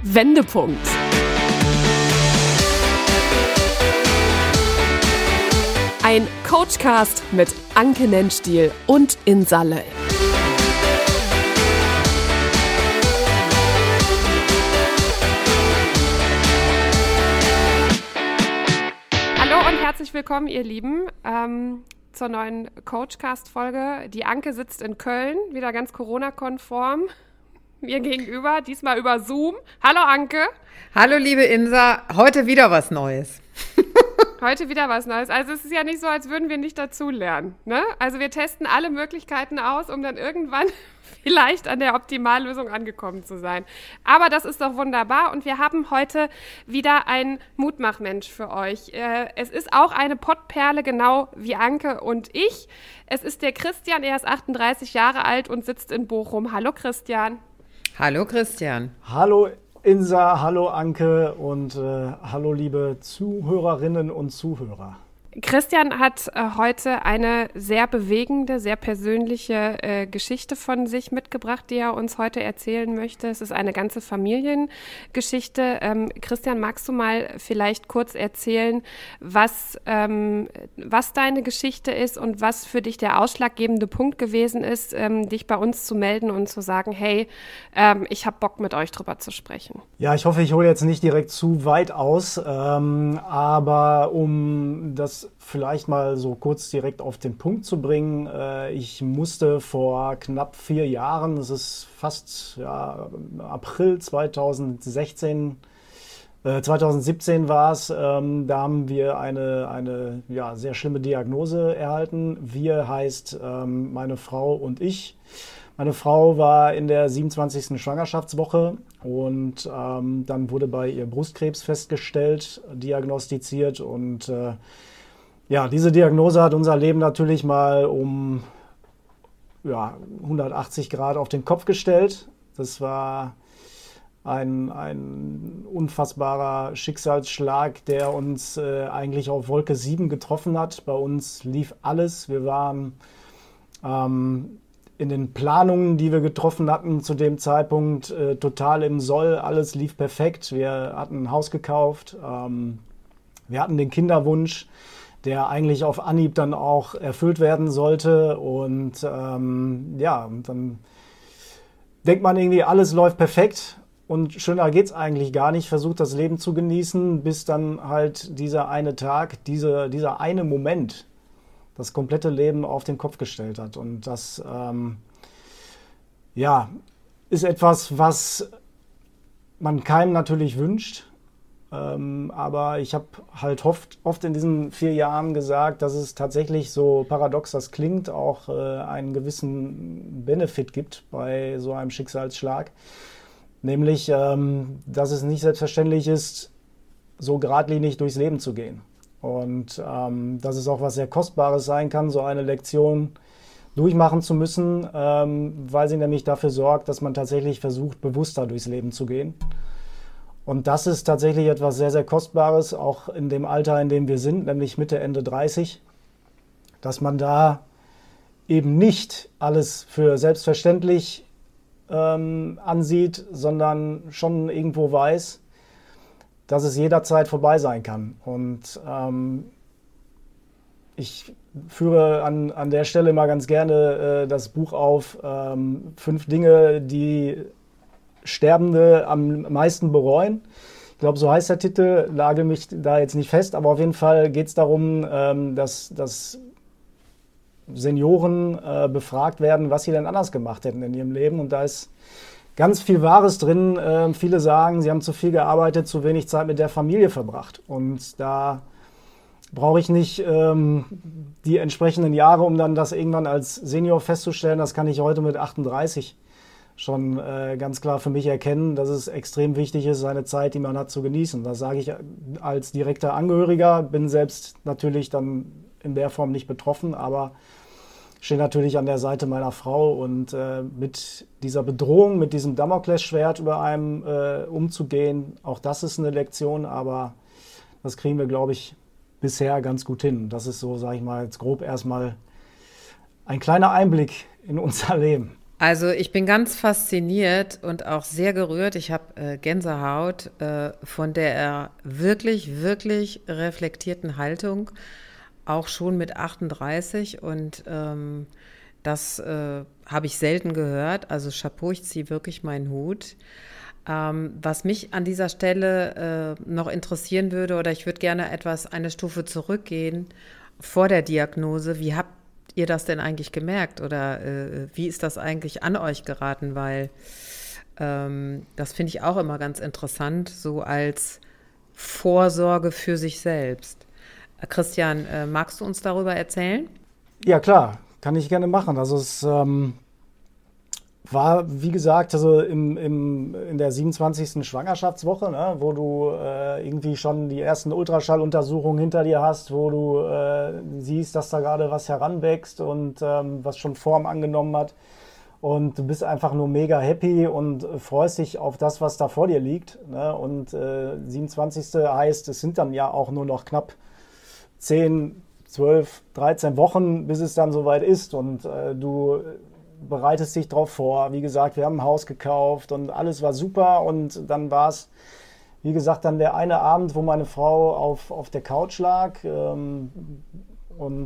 Wendepunkt. Ein Coachcast mit Anke Nennstiel und Insa Löll. Hallo und herzlich willkommen, ihr Lieben, zur neuen Coachcast-Folge. Die Anke sitzt in Köln, wieder ganz Corona-konform. Mir gegenüber, diesmal über Zoom. Hallo Anke. Hallo liebe Insa, heute wieder was Neues. Heute wieder was Neues. Also es ist ja nicht so, als würden wir nicht dazulernen, ne? Also wir testen alle Möglichkeiten aus, um dann irgendwann vielleicht an der Optimallösung angekommen zu sein. Aber das ist doch wunderbar und wir haben heute wieder einen Mutmachmensch für euch. Es ist auch eine Pottperle, genau wie Anke und ich. Es ist der Christian, er ist 38 Jahre alt und sitzt in Bochum. Hallo Christian. Hallo Christian. Hallo Insa, hallo Anke und hallo liebe Zuhörerinnen und Zuhörer. Christian hat heute eine sehr bewegende, sehr persönliche Geschichte von sich mitgebracht, die er uns heute erzählen möchte. Es ist eine ganze Familiengeschichte. Christian, magst du mal vielleicht kurz erzählen, was deine Geschichte ist und was für dich der ausschlaggebende Punkt gewesen ist, dich bei uns zu melden und zu sagen, hey, ich habe Bock, mit euch drüber zu sprechen? Ja, ich hoffe, ich hole jetzt nicht direkt zu weit aus, aber um das vielleicht mal so kurz direkt auf den Punkt zu bringen. Ich musste vor knapp 4 Jahren, das ist fast April 2017 war es, da haben wir eine sehr schlimme Diagnose erhalten. Wir heißt meine Frau und ich. Meine Frau war in der 27. Schwangerschaftswoche und dann wurde bei ihr Brustkrebs festgestellt, diagnostiziert und diese Diagnose hat unser Leben natürlich mal um 180 Grad auf den Kopf gestellt. Das war ein unfassbarer Schicksalsschlag, der uns eigentlich auf Wolke 7 getroffen hat. Bei uns lief alles. Wir waren in den Planungen, die wir getroffen hatten zu dem Zeitpunkt, total im Soll. Alles lief perfekt. Wir hatten ein Haus gekauft. Wir hatten den Kinderwunsch, der eigentlich auf Anhieb dann auch erfüllt werden sollte. Und und dann denkt man irgendwie, alles läuft perfekt und schöner geht's eigentlich gar nicht. Versucht das Leben zu genießen, bis dann halt dieser eine Tag, dieser eine Moment das komplette Leben auf den Kopf gestellt hat. Und das ist etwas, was man keinem natürlich wünscht. Aber ich habe halt oft in diesen 4 Jahren gesagt, dass es tatsächlich, so paradox das klingt, auch einen gewissen Benefit gibt bei so einem Schicksalsschlag. Nämlich, dass es nicht selbstverständlich ist, so geradlinig durchs Leben zu gehen. Und dass es auch was sehr Kostbares sein kann, so eine Lektion durchmachen zu müssen, weil sie nämlich dafür sorgt, dass man tatsächlich versucht, bewusster durchs Leben zu gehen. Und das ist tatsächlich etwas sehr, sehr Kostbares, auch in dem Alter, in dem wir sind, nämlich Mitte, Ende 30, dass man da eben nicht alles für selbstverständlich ansieht, sondern schon irgendwo weiß, dass es jederzeit vorbei sein kann. Und ich führe an der Stelle mal ganz gerne das Buch auf, 5 Dinge, die Sterbende am meisten bereuen. Ich glaube, so heißt der Titel, lage mich da jetzt nicht fest, aber auf jeden Fall geht es darum, dass Senioren befragt werden, was sie denn anders gemacht hätten in ihrem Leben. Und da ist ganz viel Wahres drin. Viele sagen, sie haben zu viel gearbeitet, zu wenig Zeit mit der Familie verbracht. Und da brauche ich nicht die entsprechenden Jahre, um dann das irgendwann als Senior festzustellen. Das kann ich heute mit 38 schon ganz klar für mich erkennen, dass es extrem wichtig ist, seine Zeit, die man hat, zu genießen. Das sage ich als direkter Angehöriger, bin selbst natürlich dann in der Form nicht betroffen, aber stehe natürlich an der Seite meiner Frau und mit dieser Bedrohung, mit diesem Damoklesschwert über einem umzugehen, auch das ist eine Lektion, aber das kriegen wir, glaube ich, bisher ganz gut hin. Das ist so, sage ich mal, jetzt grob erstmal ein kleiner Einblick in unser Leben. Also ich bin ganz fasziniert und auch sehr gerührt. Ich habe Gänsehaut von der wirklich, wirklich reflektierten Haltung, auch schon mit 38. Und das habe ich selten gehört. Also Chapeau, ich ziehe wirklich meinen Hut. Was mich an dieser Stelle noch interessieren würde, oder ich würde gerne eine Stufe zurückgehen vor der Diagnose. Wie habt ihr das denn eigentlich gemerkt oder wie ist das eigentlich an euch geraten? Weil das finde ich auch immer ganz interessant, so als Vorsorge für sich selbst. Christian, magst du uns darüber erzählen? Ja, klar, kann ich gerne machen. Also es war, wie gesagt, also in der 27. Schwangerschaftswoche, ne, wo du irgendwie schon die ersten Ultraschalluntersuchungen hinter dir hast, wo du siehst, dass da gerade was heranwächst und was schon Form angenommen hat. Und du bist einfach nur mega happy und freust dich auf das, was da vor dir liegt. Ne? Und 27. heißt, es sind dann ja auch nur noch knapp 10, 12, 13 Wochen, bis es dann soweit ist. Und du bereitest dich drauf vor. Wie gesagt, wir haben ein Haus gekauft und alles war super. Und dann war es, wie gesagt, dann der eine Abend, wo meine Frau auf der Couch lag. Und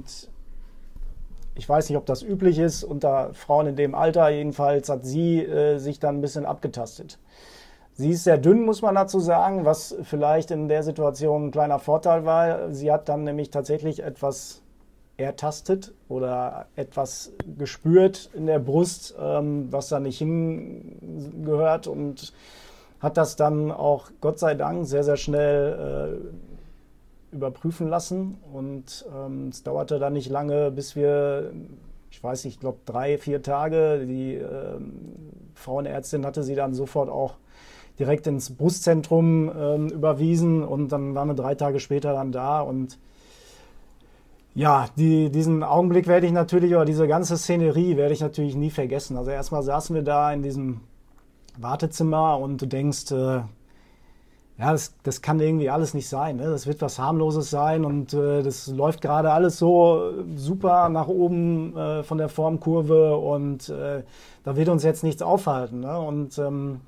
ich weiß nicht, ob das üblich ist unter Frauen in dem Alter. Jedenfalls hat sie sich dann ein bisschen abgetastet. Sie ist sehr dünn, muss man dazu sagen, was vielleicht in der Situation ein kleiner Vorteil war. Sie hat dann nämlich tatsächlich etwas ertastet oder etwas gespürt in der Brust, was da nicht hingehört und hat das dann auch, Gott sei Dank, sehr, sehr schnell überprüfen lassen. Und es dauerte dann nicht lange, bis wir, ich weiß nicht, ich glaube 3, 4 Tage, die Frauenärztin hatte sie dann sofort auch direkt ins Brustzentrum überwiesen und dann waren wir 3 Tage später dann da und ja, diesen Augenblick werde ich natürlich, oder diese ganze Szenerie werde ich natürlich nie vergessen. Also erstmal saßen wir da in diesem Wartezimmer und du denkst, ja, das kann irgendwie alles nicht sein. Ne? Das wird was Harmloses sein und das läuft gerade alles so super nach oben von der Formkurve und da wird uns jetzt nichts aufhalten. Ne? Und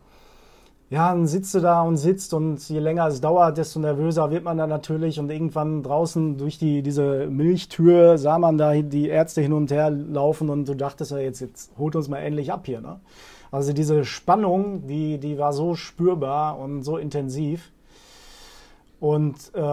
ja, dann sitzt du da und sitzt und je länger es dauert, desto nervöser wird man dann natürlich und irgendwann draußen durch diese Milchtür sah man da die Ärzte hin und her laufen und du dachtest ja, jetzt holt uns mal endlich ab hier. Ne? Also diese Spannung, die war so spürbar und so intensiv und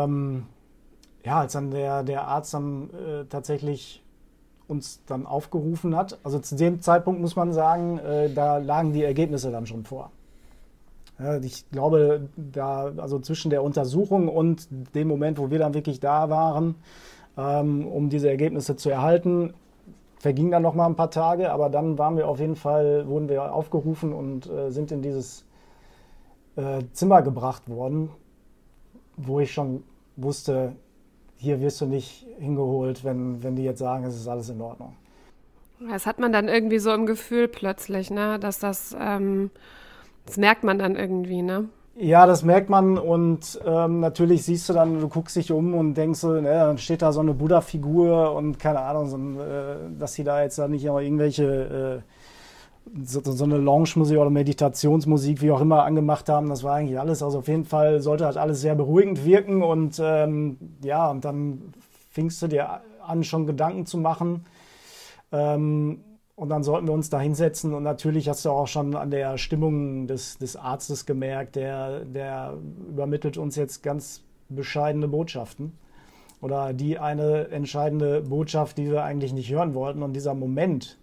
ja, als dann der Arzt dann tatsächlich uns dann aufgerufen hat, also zu dem Zeitpunkt muss man sagen, da lagen die Ergebnisse dann schon vor. Ja, ich glaube, also zwischen der Untersuchung und dem Moment, wo wir dann wirklich da waren, um diese Ergebnisse zu erhalten, vergingen dann noch mal ein paar Tage, aber dann wurden wir aufgerufen und sind in dieses Zimmer gebracht worden, wo ich schon wusste, hier wirst du nicht hingeholt, wenn die jetzt sagen, es ist alles in Ordnung. Das hat man dann irgendwie so im Gefühl plötzlich, ne, dass das merkt man dann irgendwie, ne? Ja, das merkt man und natürlich siehst du guckst dich um und denkst so, ne, dann steht da so eine Buddha-Figur und keine Ahnung, dass sie da jetzt nicht auch irgendwelche so eine Lounge-Musik oder Meditationsmusik, wie auch immer, angemacht haben. Das war eigentlich alles. Also auf jeden Fall sollte halt alles sehr beruhigend wirken und ja, und dann fingst du dir an, schon Gedanken zu machen. Und dann sollten wir uns da hinsetzen und natürlich hast du auch schon an der Stimmung des Arztes gemerkt, der übermittelt uns jetzt ganz bescheidene Botschaften oder die eine entscheidende Botschaft, die wir eigentlich nicht hören wollten. Und dieser Moment,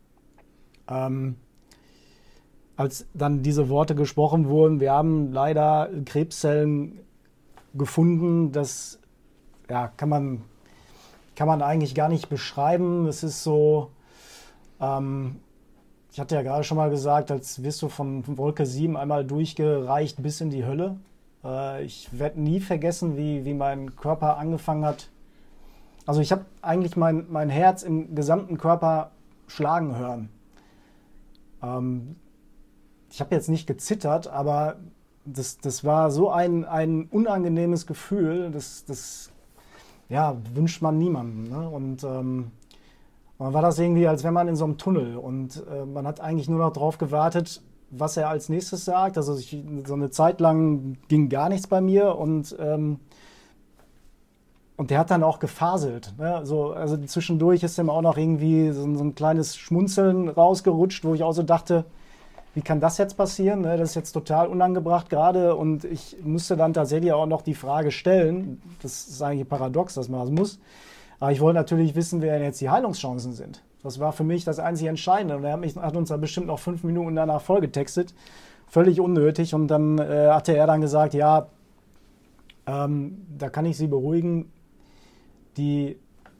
als dann diese Worte gesprochen wurden, wir haben leider Krebszellen gefunden, das ja, kann man eigentlich gar nicht beschreiben. Es ist so, ich hatte ja gerade schon mal gesagt, als wirst du von Wolke 7 einmal durchgereicht bis in die Hölle. Ich werde nie vergessen, wie mein Körper angefangen hat. Also ich habe eigentlich mein Herz im gesamten Körper schlagen hören. Ich habe jetzt nicht gezittert, aber das war so ein unangenehmes Gefühl, das ja, wünscht man niemandem. Ne? Und Und dann war das irgendwie, als wäre man in so einem Tunnel und man hat eigentlich nur noch drauf gewartet, was er als nächstes sagt. Also so eine Zeit lang ging gar nichts bei mir und der hat dann auch gefaselt. Ne? Also zwischendurch ist ihm auch noch irgendwie so ein kleines Schmunzeln rausgerutscht, wo ich auch so dachte, wie kann das jetzt passieren? Ne? Das ist jetzt total unangebracht gerade und ich musste dann tatsächlich auch noch die Frage stellen, das ist eigentlich paradox, dass man das muss, aber ich wollte natürlich wissen, wer denn jetzt die Heilungschancen sind. Das war für mich das einzig Entscheidende. Und er hat uns da bestimmt noch 5 Minuten danach vollgetextet. Völlig unnötig. Und dann hatte er dann gesagt, ja, da kann ich Sie beruhigen. Die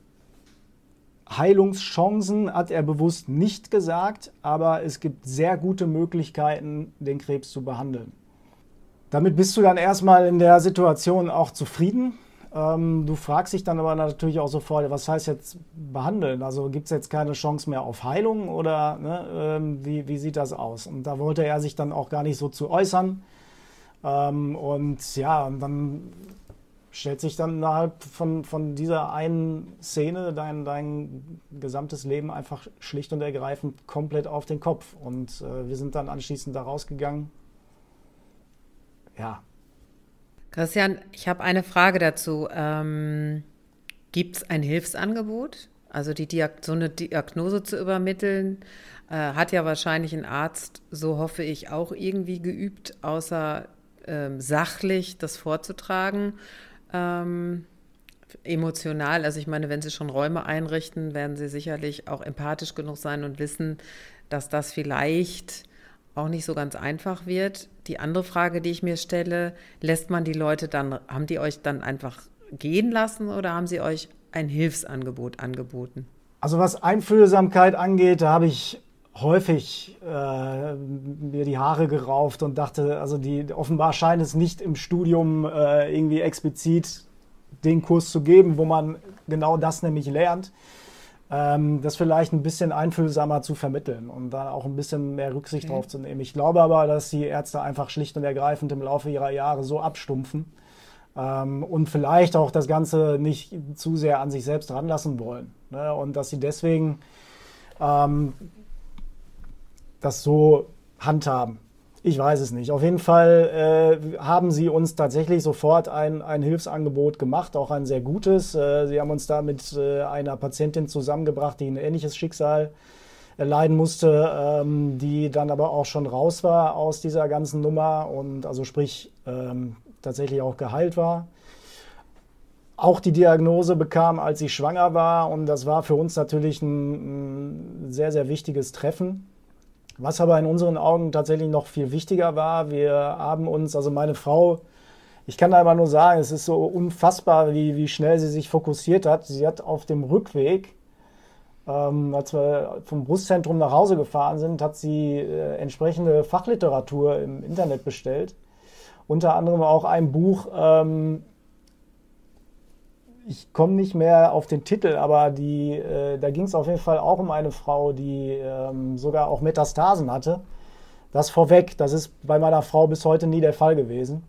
Heilungschancen hat er bewusst nicht gesagt, aber es gibt sehr gute Möglichkeiten, den Krebs zu behandeln. Damit bist du dann erstmal in der Situation auch zufrieden. Du fragst dich dann aber natürlich auch sofort, was heißt jetzt behandeln? Also gibt es jetzt keine Chance mehr auf Heilung oder ne, wie sieht das aus? Und da wollte er sich dann auch gar nicht so zu äußern. Und dann stellt sich dann innerhalb von dieser einen Szene dein gesamtes Leben einfach schlicht und ergreifend komplett auf den Kopf. Und wir sind dann anschließend da rausgegangen. Ja. Christian, ich habe eine Frage dazu. Gibt es ein Hilfsangebot? Also so eine Diagnose zu übermitteln, hat ja wahrscheinlich ein Arzt, so hoffe ich, auch irgendwie geübt, außer sachlich das vorzutragen. Emotional, also ich meine, wenn Sie schon Räume einrichten, werden Sie sicherlich auch empathisch genug sein und wissen, dass das vielleicht auch nicht so ganz einfach wird. Die andere Frage, die ich mir stelle, lässt man die Leute dann, haben die euch dann einfach gehen lassen oder haben sie euch ein Hilfsangebot angeboten? Also was Einfühlsamkeit angeht, da habe ich häufig mir die Haare gerauft und dachte, also offenbar scheint es nicht im Studium irgendwie explizit den Kurs zu geben, wo man genau das nämlich lernt. Das vielleicht ein bisschen einfühlsamer zu vermitteln und da auch ein bisschen mehr Rücksicht drauf zu nehmen. Ich glaube aber, dass die Ärzte einfach schlicht und ergreifend im Laufe ihrer Jahre so abstumpfen und vielleicht auch das Ganze nicht zu sehr an sich selbst ranlassen wollen. Ne? Und dass sie deswegen das so handhaben. Ich weiß es nicht. Auf jeden Fall haben sie uns tatsächlich sofort ein Hilfsangebot gemacht, auch ein sehr gutes. Sie haben uns da mit einer Patientin zusammengebracht, die ein ähnliches Schicksal erleiden musste, die dann aber auch schon raus war aus dieser ganzen Nummer und also sprich tatsächlich auch geheilt war. Auch die Diagnose bekam, als sie schwanger war und das war für uns natürlich ein sehr, sehr wichtiges Treffen. Was aber in unseren Augen tatsächlich noch viel wichtiger war, wir haben uns, also meine Frau, ich kann da immer nur sagen, es ist so unfassbar, wie schnell sie sich fokussiert hat. Sie hat auf dem Rückweg, als wir vom Brustzentrum nach Hause gefahren sind, hat sie entsprechende Fachliteratur im Internet bestellt. Unter anderem auch ein Buch, ich komme nicht mehr auf den Titel, aber da ging es auf jeden Fall auch um eine Frau, die sogar auch Metastasen hatte. Das vorweg, das ist bei meiner Frau bis heute nie der Fall gewesen.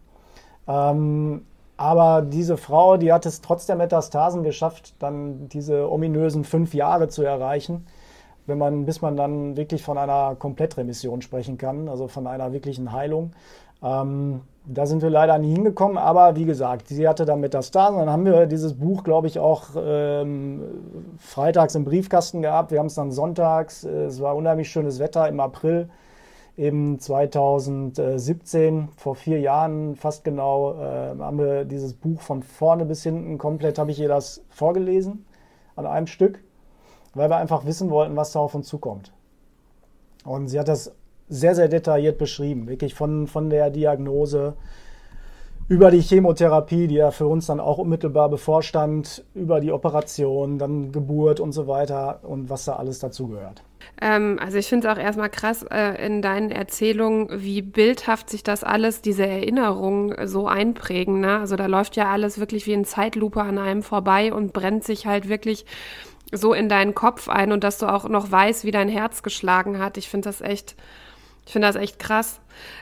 Aber diese Frau, die hat es trotz der Metastasen geschafft, dann diese ominösen 5 Jahre zu erreichen, bis man dann wirklich von einer Komplettremission sprechen kann, also von einer wirklichen Heilung. Da sind wir leider nie hingekommen, aber wie gesagt, sie hatte dann Metastasen. Dann haben wir dieses Buch, glaube ich, auch freitags im Briefkasten gehabt. Wir haben es dann sonntags, es war unheimlich schönes Wetter im April, eben 2017, vor 4 Jahren fast genau, haben wir dieses Buch von vorne bis hinten komplett, habe ich ihr das vorgelesen an einem Stück, weil wir einfach wissen wollten, was da auf uns zukommt. Und sie hat das sehr, sehr detailliert beschrieben, wirklich von der Diagnose über die Chemotherapie, die ja für uns dann auch unmittelbar bevorstand, über die Operation, dann Geburt und so weiter und was da alles dazu gehört. Also ich finde es auch erstmal krass in deinen Erzählungen, wie bildhaft sich das alles, diese Erinnerungen so einprägen. Ne? Also da läuft ja alles wirklich wie in Zeitlupe an einem vorbei und brennt sich halt wirklich so in deinen Kopf ein und dass du auch noch weißt, wie dein Herz geschlagen hat. Ich finde das echt krass.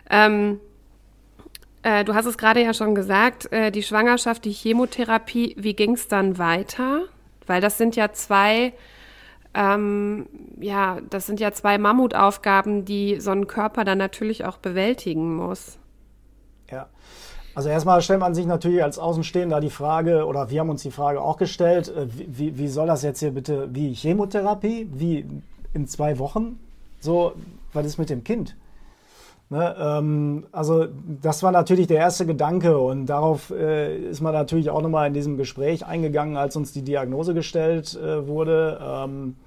Du hast es gerade ja schon gesagt, die Schwangerschaft, die Chemotherapie, wie ging es dann weiter? Weil das sind ja 2 Ja, das sind ja 2 Mammutaufgaben, die so ein Körper dann natürlich auch bewältigen muss. Ja. Also erstmal stellt man sich natürlich als Außenstehender die Frage, oder wir haben uns die Frage auch gestellt, wie soll das jetzt hier bitte, wie Chemotherapie, wie in 2 Wochen? So, was ist mit dem Kind? Ne, also das war natürlich der erste Gedanke und darauf ist man natürlich auch nochmal in diesem Gespräch eingegangen, als uns die Diagnose gestellt wurde.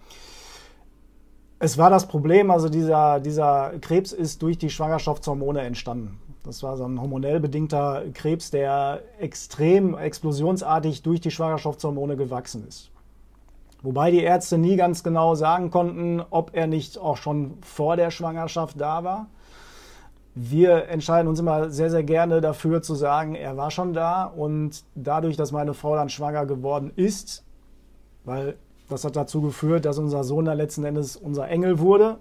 Es war das Problem, also dieser Krebs ist durch die Schwangerschaftshormone entstanden. Das war so ein hormonell bedingter Krebs, der extrem explosionsartig durch die Schwangerschaftshormone gewachsen ist. Wobei die Ärzte nie ganz genau sagen konnten, ob er nicht auch schon vor der Schwangerschaft da war. Wir entscheiden uns immer sehr, sehr gerne dafür zu sagen, er war schon da und dadurch, dass meine Frau dann schwanger geworden ist, weil das hat dazu geführt, dass unser Sohn dann letzten Endes unser Engel wurde,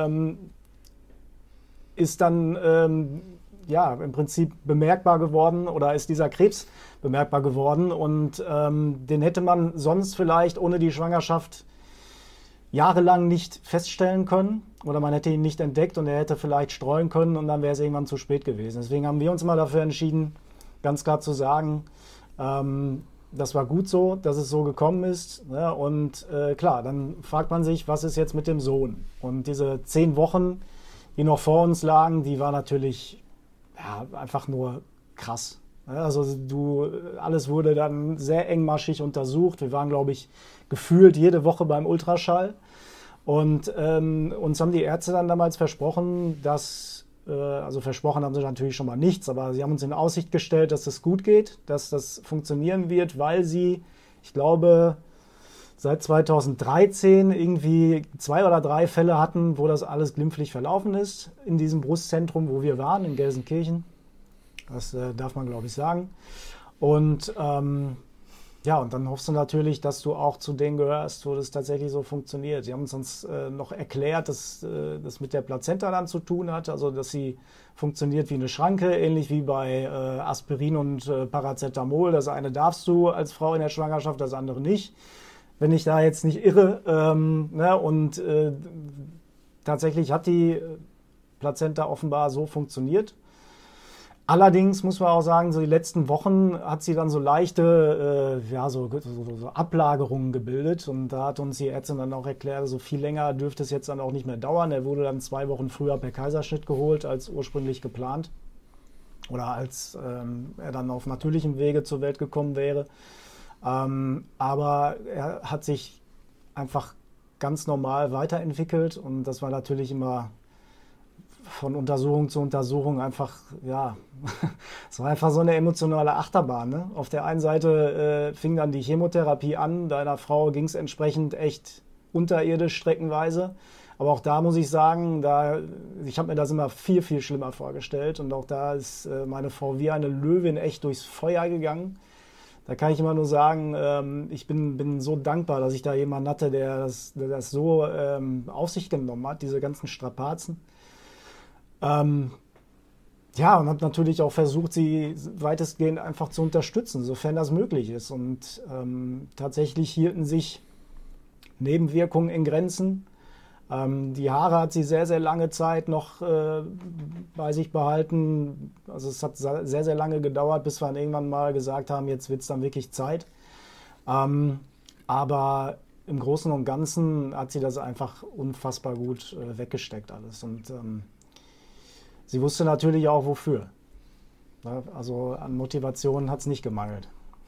ist dann ja, im Prinzip bemerkbar geworden oder ist dieser Krebs bemerkbar geworden und den hätte man sonst vielleicht ohne die Schwangerschaft jahrelang nicht feststellen können oder man hätte ihn nicht entdeckt und er hätte vielleicht streuen können und dann wäre es irgendwann zu spät gewesen. Deswegen haben wir uns mal dafür entschieden, ganz klar zu sagen, das war gut so, dass es so gekommen ist. Ne? Und klar, dann fragt man sich, was ist jetzt mit dem Sohn? Und diese 10 Wochen, die noch vor uns lagen, die war natürlich einfach nur krass. Also alles wurde dann sehr engmaschig untersucht. Wir waren, glaube ich, gefühlt jede Woche beim Ultraschall. Und uns haben die Ärzte dann damals versprochen, also versprochen haben sie natürlich schon mal nichts, aber sie haben uns in Aussicht gestellt, dass das gut geht, dass das funktionieren wird, weil sie, ich glaube, seit 2013 irgendwie 2 oder 3 Fälle hatten, wo das alles glimpflich verlaufen ist in diesem Brustzentrum, wo wir waren, in Gelsenkirchen. Das darf man, glaube ich, sagen. Und ja, und dann hoffst du natürlich, dass du auch zu denen gehörst, wo das tatsächlich so funktioniert. Sie haben uns noch erklärt, dass das mit der Plazenta dann zu tun hat, also dass sie funktioniert wie eine Schranke, ähnlich wie bei Aspirin und Paracetamol. Das eine darfst du als Frau in der Schwangerschaft, das andere nicht. Wenn ich da jetzt nicht irre. Ne? Und tatsächlich hat die Plazenta offenbar so funktioniert. Allerdings muss man auch sagen, so die letzten Wochen hat sie dann so leichte so Ablagerungen gebildet. Und da hat uns die Ärztin dann auch erklärt, so viel länger dürfte es jetzt dann auch nicht mehr dauern. Er wurde dann 2 Wochen früher per Kaiserschnitt geholt, als ursprünglich geplant. Oder als er dann auf natürlichem Wege zur Welt gekommen wäre. Aber er hat sich einfach ganz normal weiterentwickelt. Und das war natürlich immer von Untersuchung zu Untersuchung einfach, ja, es war einfach so eine emotionale Achterbahn. Ne? Auf der einen Seite fing dann die Chemotherapie an, deiner Frau ging es entsprechend echt unterirdisch streckenweise. Aber auch da muss ich sagen, ich habe mir das immer viel, viel schlimmer vorgestellt und auch da ist meine Frau wie eine Löwin echt durchs Feuer gegangen. Da kann ich immer nur sagen, ich bin so dankbar, dass ich da jemanden hatte, der das so auf sich genommen hat, diese ganzen Strapazen. Ja, und habe natürlich auch versucht, sie weitestgehend einfach zu unterstützen, sofern das möglich ist. Und tatsächlich hielten sich Nebenwirkungen in Grenzen. Die Haare hat sie sehr, sehr lange Zeit noch bei sich behalten. Also es hat sehr, sehr lange gedauert, bis wir dann irgendwann mal gesagt haben, jetzt wird es dann wirklich Zeit. Aber im Großen und Ganzen hat sie das einfach unfassbar gut weggesteckt alles. Und sie wusste natürlich auch, wofür. Also an Motivation hat es nicht gemangelt.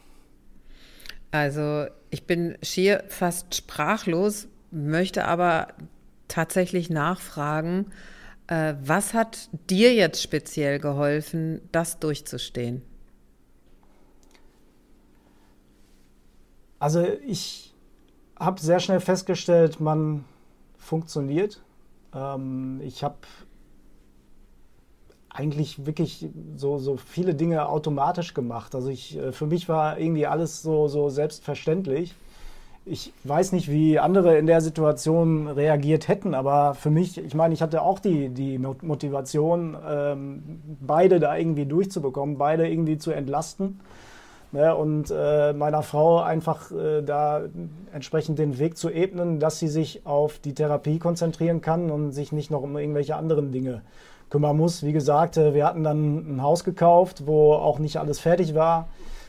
Also ich bin schier fast sprachlos, möchte aber tatsächlich nachfragen, was hat dir jetzt speziell geholfen, das durchzustehen? Also ich habe sehr schnell festgestellt, man funktioniert. Ich habe eigentlich wirklich so viele Dinge automatisch gemacht. Also für mich war irgendwie alles so selbstverständlich. Ich weiß nicht, wie andere in der Situation reagiert hätten, aber für mich, ich meine, ich hatte auch die Motivation, beide da irgendwie durchzubekommen, beide irgendwie zu entlasten. ne, und meiner Frau einfach da entsprechend den Weg zu ebnen, dass sie sich auf die Therapie konzentrieren kann und sich nicht noch um irgendwelche anderen Dinge kümmern muss. Wie gesagt, wir hatten dann ein Haus gekauft, wo auch nicht alles fertig war.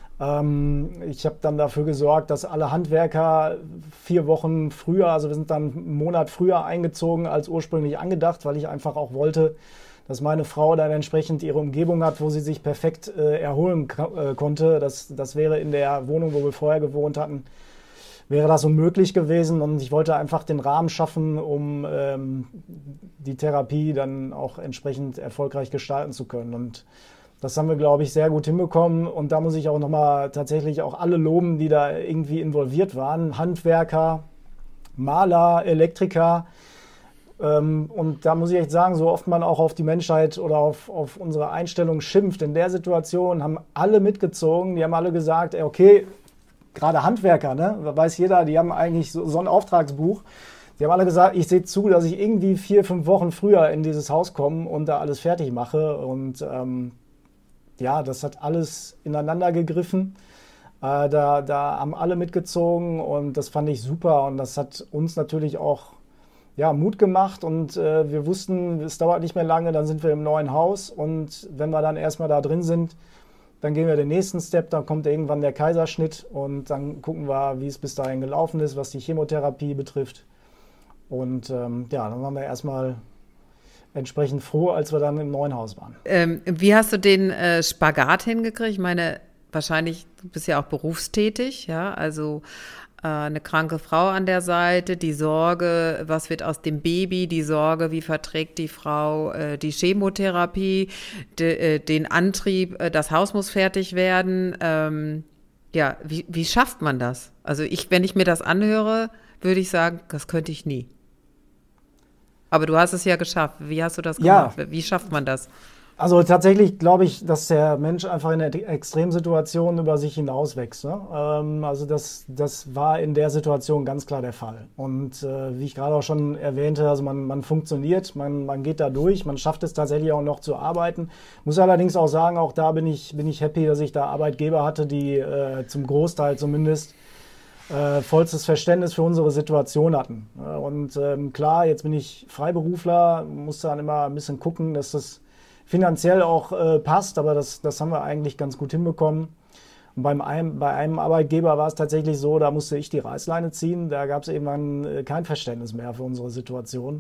Ich habe dann dafür gesorgt, dass alle Handwerker 4 Wochen früher, also wir sind dann einen Monat früher eingezogen als ursprünglich angedacht, weil ich einfach auch wollte, dass meine Frau dann entsprechend ihre Umgebung hat, wo sie sich perfekt erholen konnte. Das wäre in der Wohnung, wo wir vorher gewohnt hatten, wäre das unmöglich gewesen. Und ich wollte einfach den Rahmen schaffen, um die Therapie dann auch entsprechend erfolgreich gestalten zu können. Und das haben wir, glaube ich, sehr gut hinbekommen. Und da muss ich auch nochmal tatsächlich auch alle loben, die da irgendwie involviert waren. Handwerker, Maler, Elektriker. Und da muss ich echt sagen, so oft man auch auf die Menschheit oder auf unsere Einstellung schimpft, in der Situation haben alle mitgezogen. Die haben alle gesagt, ey, okay, gerade Handwerker, ne, weiß jeder, die haben eigentlich so ein Auftragsbuch. Die haben alle gesagt, ich sehe zu, dass ich irgendwie 4, 5 Wochen früher in dieses Haus komme und da alles fertig mache. Und ja, das hat alles ineinander gegriffen. Da haben alle mitgezogen und das fand ich super. Und das hat uns natürlich auch Mut gemacht. Und wir wussten, es dauert nicht mehr lange, dann sind wir im neuen Haus. Und wenn wir dann erstmal da drin sind, dann gehen wir den nächsten Step, dann kommt irgendwann der Kaiserschnitt und dann gucken wir, wie es bis dahin gelaufen ist, was die Chemotherapie betrifft. Und dann waren wir erstmal entsprechend froh, als wir dann im neuen Haus waren. Wie hast du den Spagat hingekriegt? Ich meine, wahrscheinlich, du bist ja auch berufstätig, ja, also eine kranke Frau an der Seite, die Sorge, was wird aus dem Baby, die Sorge, wie verträgt die Frau die Chemotherapie, den Antrieb, das Haus muss fertig werden. Wie schafft man das? Also wenn ich mir das anhöre, würde ich sagen, das könnte ich nie. Aber du hast es ja geschafft. Wie hast du das gemacht? Wie schafft man das? Also tatsächlich glaube ich, dass der Mensch einfach in der Extremsituation über sich hinauswächst. Ne? Also das war in der Situation ganz klar der Fall. Und wie ich gerade auch schon erwähnte, also man funktioniert, man geht da durch, man schafft es tatsächlich auch noch zu arbeiten. Muss allerdings auch sagen, auch da bin ich happy, dass ich da Arbeitgeber hatte, die zum Großteil zumindest vollstes Verständnis für unsere Situation hatten. Und klar, jetzt bin ich Freiberufler, muss dann immer ein bisschen gucken, dass das finanziell auch passt, aber das haben wir eigentlich ganz gut hinbekommen. Und bei einem Arbeitgeber war es tatsächlich so, da musste ich die Reißleine ziehen, da gab es irgendwann kein Verständnis mehr für unsere Situation.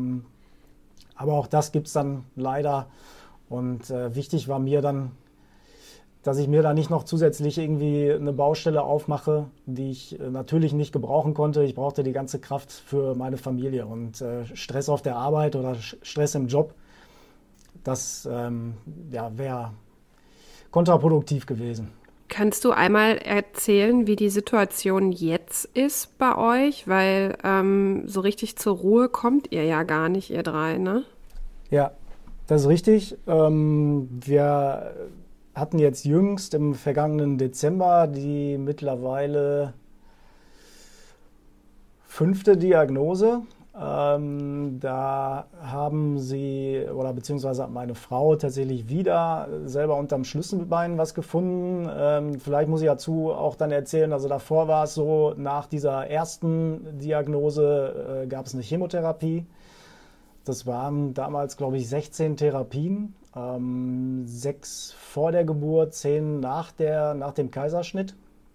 Aber auch das gibt es dann leider. Und wichtig war mir dann, dass ich mir da nicht noch zusätzlich irgendwie eine Baustelle aufmache, die ich natürlich nicht gebrauchen konnte. Ich brauchte die ganze Kraft für meine Familie und Stress auf der Arbeit oder Stress im Job, das wäre kontraproduktiv gewesen. Kannst du einmal erzählen, wie die Situation jetzt ist bei euch? Weil so richtig zur Ruhe kommt ihr ja gar nicht, ihr drei, ne? Ja, das ist richtig. Wir hatten jetzt jüngst im vergangenen Dezember die mittlerweile 5. Diagnose. Da haben sie, oder beziehungsweise hat meine Frau tatsächlich wieder selber unterm Schlüsselbein was gefunden. Vielleicht muss ich dazu auch dann erzählen, also davor war es so, nach dieser ersten Diagnose gab es eine Chemotherapie. Das waren damals, glaube ich, 16 Therapien, 6 vor der Geburt, 10 nach dem Kaiserschnitt.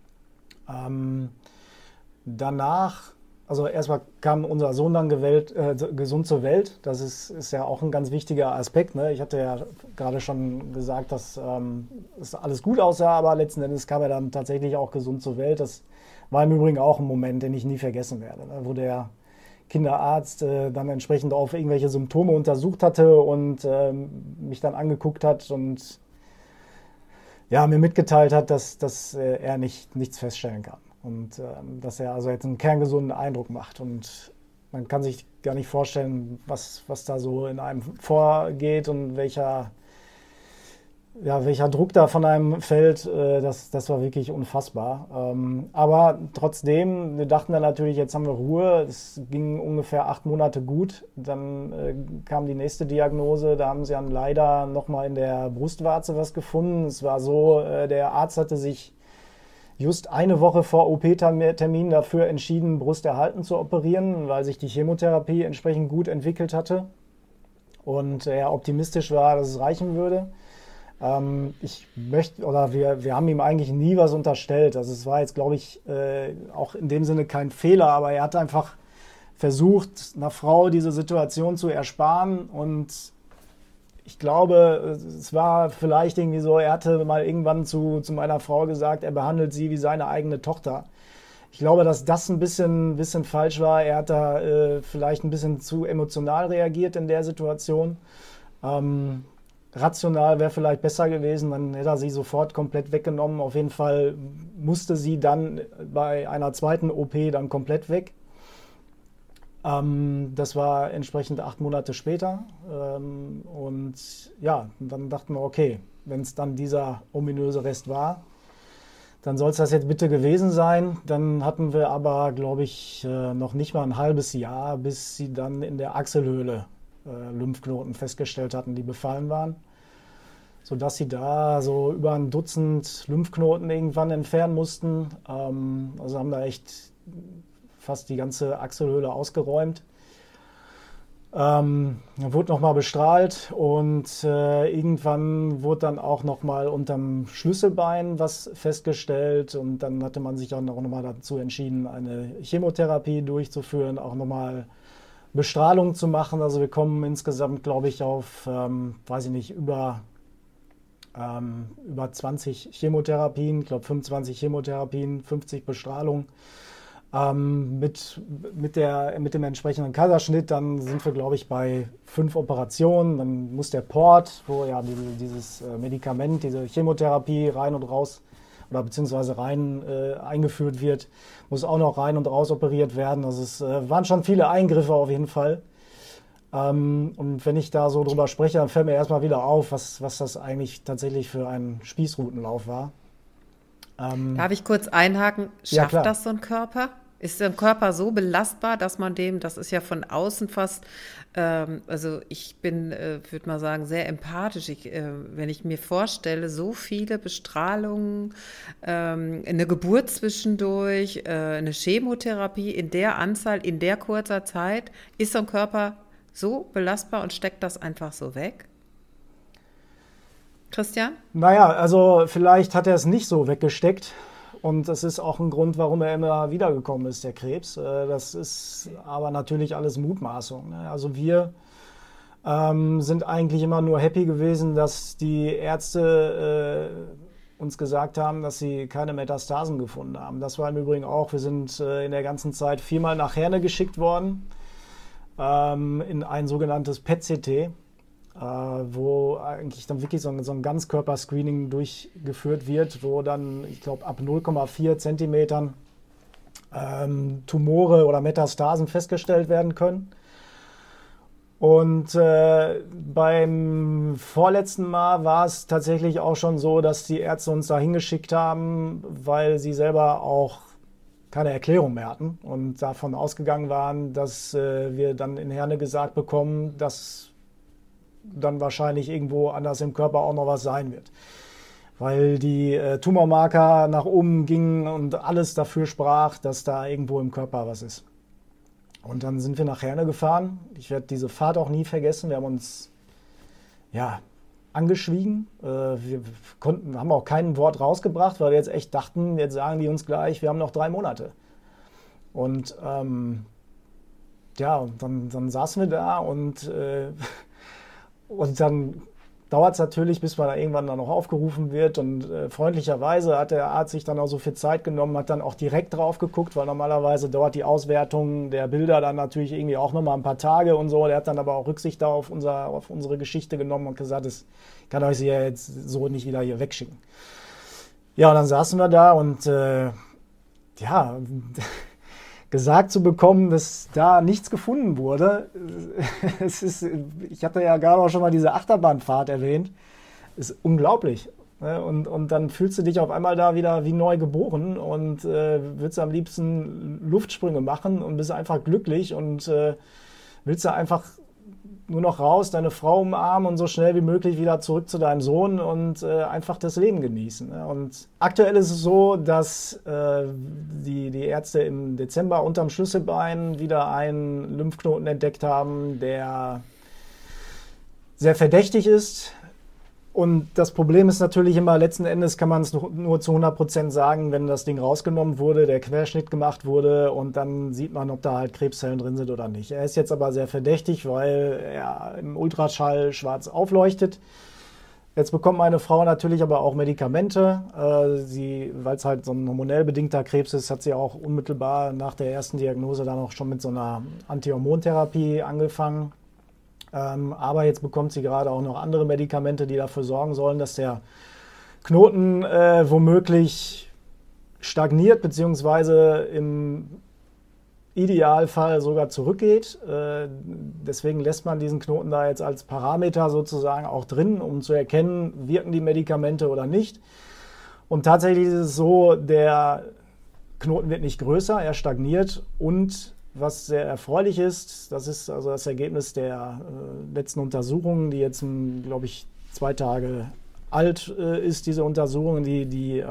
Danach, also erstmal kam unser Sohn dann gesund zur Welt. Das ist ja auch ein ganz wichtiger Aspekt. Ne? Ich hatte ja gerade schon gesagt, dass es alles gut aussah, aber letzten Endes kam er dann tatsächlich auch gesund zur Welt. Das war im Übrigen auch ein Moment, den ich nie vergessen werde, ne? Wo der Kinderarzt dann entsprechend auf irgendwelche Symptome untersucht hatte und mich dann angeguckt hat und ja, mir mitgeteilt hat, dass er nichts feststellen kann. Und dass er also jetzt einen kerngesunden Eindruck macht. Und man kann sich gar nicht vorstellen, was da so in einem vorgeht und welcher Druck da von einem fällt. Das war wirklich unfassbar. Aber trotzdem, wir dachten dann natürlich, jetzt haben wir Ruhe. Es ging ungefähr 8 Monate gut. Dann kam die nächste Diagnose. Da haben sie dann leider nochmal in der Brustwarze was gefunden. Es war so, der Arzt hatte sich just eine Woche vor OP-Termin dafür entschieden, Brusterhalten zu operieren, weil sich die Chemotherapie entsprechend gut entwickelt hatte und er optimistisch war, dass es reichen würde. Wir haben ihm eigentlich nie was unterstellt. Also es war jetzt, glaube ich, auch in dem Sinne kein Fehler, aber er hat einfach versucht, einer Frau diese Situation zu ersparen und ich glaube, es war vielleicht irgendwie so, er hatte mal irgendwann zu meiner Frau gesagt, er behandelt sie wie seine eigene Tochter. Ich glaube, dass das ein bisschen falsch war. Er hat da vielleicht ein bisschen zu emotional reagiert in der Situation. Rational wäre vielleicht besser gewesen, dann hätte er sie sofort komplett weggenommen. Auf jeden Fall musste sie dann bei einer zweiten OP dann komplett weg. Das war entsprechend 8 Monate später. Und ja, dann dachten wir, okay, wenn es dann dieser ominöse Rest war, dann soll es das jetzt bitte gewesen sein. Dann hatten wir aber, glaube ich, noch nicht mal ein halbes Jahr, bis sie dann in der Achselhöhle Lymphknoten festgestellt hatten, die befallen waren. Sodass sie da so über ein Dutzend Lymphknoten irgendwann entfernen mussten. Also haben da echt fast die ganze Achselhöhle ausgeräumt. Dann wurde nochmal bestrahlt und irgendwann wurde dann auch nochmal unterm Schlüsselbein was festgestellt und dann hatte man sich auch nochmal dazu entschieden, eine Chemotherapie durchzuführen, auch nochmal Bestrahlung zu machen. Also wir kommen insgesamt, glaube ich, auf, weiß ich nicht, über 20 Chemotherapien, ich glaube 25 Chemotherapien, 50 Bestrahlungen. Mit dem entsprechenden Kaiserschnitt, dann sind wir, glaube ich, bei 5 Operationen. Dann muss der Port, wo ja dieses Medikament, diese Chemotherapie rein und raus oder beziehungsweise rein eingeführt wird, muss auch noch rein und raus operiert werden. Also es waren schon viele Eingriffe auf jeden Fall. Und wenn ich da so drüber spreche, dann fällt mir erstmal wieder auf, was das eigentlich tatsächlich für ein Spießrutenlauf war. Darf ich kurz einhaken? Schafft das so ein Körper? Ist der Körper so belastbar, dass man dem, das ist ja von außen fast, also ich bin, würde mal sagen, sehr empathisch, wenn ich mir vorstelle, so viele Bestrahlungen, eine Geburt zwischendurch, eine Chemotherapie in der Anzahl, in der kurzer Zeit, ist so ein Körper so belastbar und steckt das einfach so weg? Christian? Naja, also vielleicht hat er es nicht so weggesteckt. Und das ist auch ein Grund, warum er immer wiedergekommen ist, der Krebs. Das ist aber natürlich alles Mutmaßung. Also wir sind eigentlich immer nur happy gewesen, dass die Ärzte uns gesagt haben, dass sie keine Metastasen gefunden haben. Das war im Übrigen auch, wir sind in der ganzen Zeit 4-mal nach Herne geschickt worden, in ein sogenanntes PET-CT. Wo eigentlich dann wirklich so ein Ganzkörper-Screening durchgeführt wird, wo dann, ich glaube, ab 0,4 Zentimetern Tumore oder Metastasen festgestellt werden können. Und beim vorletzten Mal war es tatsächlich auch schon so, dass die Ärzte uns da hingeschickt haben, weil sie selber auch keine Erklärung mehr hatten und davon ausgegangen waren, dass wir dann in Herne gesagt bekommen, dass dann wahrscheinlich irgendwo anders im Körper auch noch was sein wird. Weil die Tumormarker nach oben gingen und alles dafür sprach, dass da irgendwo im Körper was ist. Und dann sind wir nach Herne gefahren. Ich werde diese Fahrt auch nie vergessen. Wir haben uns angeschwiegen. Wir haben auch kein Wort rausgebracht, weil wir jetzt echt dachten, jetzt sagen die uns gleich, wir haben noch 3 Monate. Und dann saßen wir da und dann dauert es natürlich, bis man da irgendwann dann noch aufgerufen wird. Und freundlicherweise hat der Arzt sich dann auch so viel Zeit genommen, hat dann auch direkt drauf geguckt, weil normalerweise dauert die Auswertung der Bilder dann natürlich irgendwie auch nochmal ein paar Tage und so. Der hat dann aber auch Rücksicht da auf unsere Geschichte genommen und gesagt, ich kann euch sie ja jetzt so nicht wieder hier wegschicken. Ja, und dann saßen wir da und gesagt zu bekommen, dass da nichts gefunden wurde. Ich hatte ja gerade auch schon mal diese Achterbahnfahrt erwähnt. Ist unglaublich. Und dann fühlst du dich auf einmal da wieder wie neu geboren und willst am liebsten Luftsprünge machen und bist einfach glücklich und willst da einfach nur noch raus, deine Frau umarmen und so schnell wie möglich wieder zurück zu deinem Sohn und einfach das Leben genießen. Ne? Und aktuell ist es so, dass die Ärzte im Dezember unterm Schlüsselbein wieder einen Lymphknoten entdeckt haben, der sehr verdächtig ist. Und das Problem ist natürlich immer, letzten Endes kann man es nur zu 100% sagen, wenn das Ding rausgenommen wurde, der Querschnitt gemacht wurde und dann sieht man, ob da halt Krebszellen drin sind oder nicht. Er ist jetzt aber sehr verdächtig, weil er im Ultraschall schwarz aufleuchtet. Jetzt bekommt meine Frau natürlich aber auch Medikamente. Weil es halt so ein hormonell bedingter Krebs ist, hat sie auch unmittelbar nach der ersten Diagnose dann auch schon mit so einer Antihormontherapie angefangen. Aber jetzt bekommt sie gerade auch noch andere Medikamente, die dafür sorgen sollen, dass der Knoten womöglich stagniert, beziehungsweise im Idealfall sogar zurückgeht. Deswegen lässt man diesen Knoten da jetzt als Parameter sozusagen auch drin, um zu erkennen, wirken die Medikamente oder nicht. Und tatsächlich ist es so, der Knoten wird nicht größer, er stagniert und was sehr erfreulich ist, das ist also das Ergebnis der letzten Untersuchungen, die jetzt, glaube ich, 2 Tage alt ist, diese Untersuchung. Die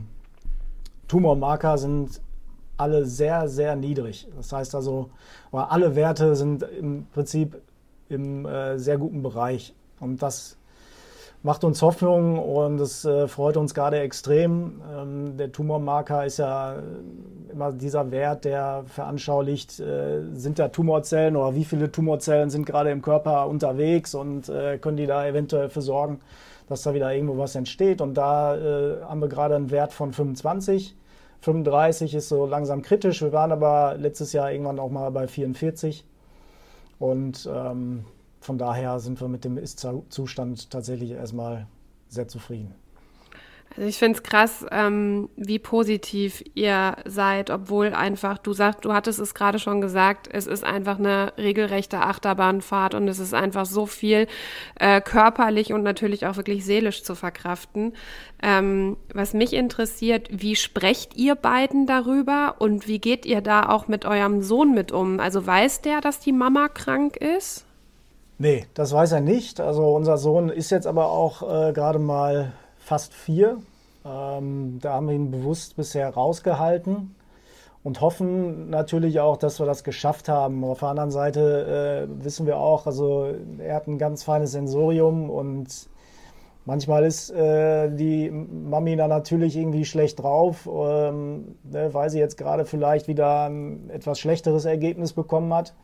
Tumormarker sind alle sehr, sehr niedrig. Das heißt also, alle Werte sind im Prinzip im sehr guten Bereich. Und das macht uns Hoffnung und es freut uns gerade extrem. Der Tumormarker ist ja immer dieser Wert, der veranschaulicht, sind da Tumorzellen oder wie viele Tumorzellen sind gerade im Körper unterwegs und können die da eventuell für sorgen, dass da wieder irgendwo was entsteht. Und da haben wir gerade einen Wert von 25. 35 ist so langsam kritisch. Wir waren aber letztes Jahr irgendwann auch mal bei 44. Und von daher sind wir mit dem Ist-Zustand tatsächlich erstmal sehr zufrieden. Also ich finde es krass, wie positiv ihr seid, obwohl einfach, du hattest es gerade schon gesagt, es ist einfach eine regelrechte Achterbahnfahrt und es ist einfach so viel körperlich und natürlich auch wirklich seelisch zu verkraften. Was mich interessiert, wie sprecht ihr beiden darüber und wie geht ihr da auch mit eurem Sohn mit um? Also weiß der, dass die Mama krank ist? Nee, das weiß er nicht. Also unser Sohn ist jetzt aber auch gerade mal fast 4. Da haben wir ihn bewusst bisher rausgehalten und hoffen natürlich auch, dass wir das geschafft haben. Auf der anderen Seite wissen wir auch, also er hat ein ganz feines Sensorium und manchmal ist die Mami dann natürlich irgendwie schlecht drauf, weil sie jetzt gerade vielleicht wieder ein etwas schlechteres Ergebnis bekommen hat.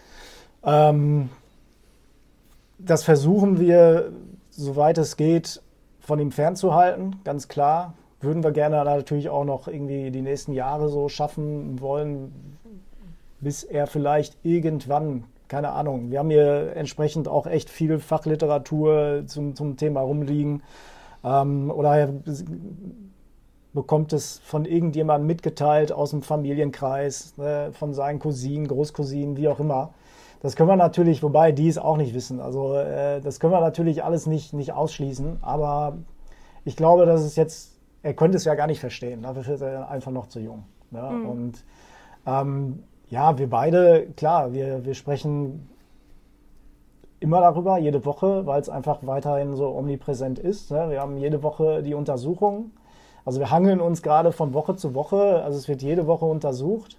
Das versuchen wir, soweit es geht, von ihm fernzuhalten, ganz klar. Würden wir gerne natürlich auch noch irgendwie die nächsten Jahre so schaffen wollen, bis er vielleicht irgendwann, keine Ahnung, wir haben hier entsprechend auch echt viel Fachliteratur zum Thema rumliegen. Oder er bekommt es von irgendjemandem mitgeteilt aus dem Familienkreis, von seinen Cousinen, Großcousinen, wie auch immer. Das können wir natürlich, wobei die es auch nicht wissen. Also das können wir natürlich alles nicht ausschließen. Aber ich glaube, dass es jetzt, er könnte es ja gar nicht verstehen. Dafür ist er einfach noch zu jung. Ja? Mhm. Und ja, wir beide, klar, wir sprechen immer darüber, jede Woche, weil es einfach weiterhin so omnipräsent ist. Ne? Wir haben jede Woche die Untersuchung. Also wir hangeln uns gerade von Woche zu Woche. Also es wird jede Woche untersucht.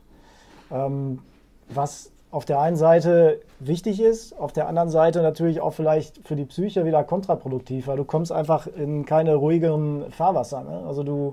Was auf der einen Seite wichtig ist, auf der anderen Seite natürlich auch vielleicht für die Psyche wieder kontraproduktiv, weil du kommst einfach in keine ruhigeren Fahrwasser. Ne? Also du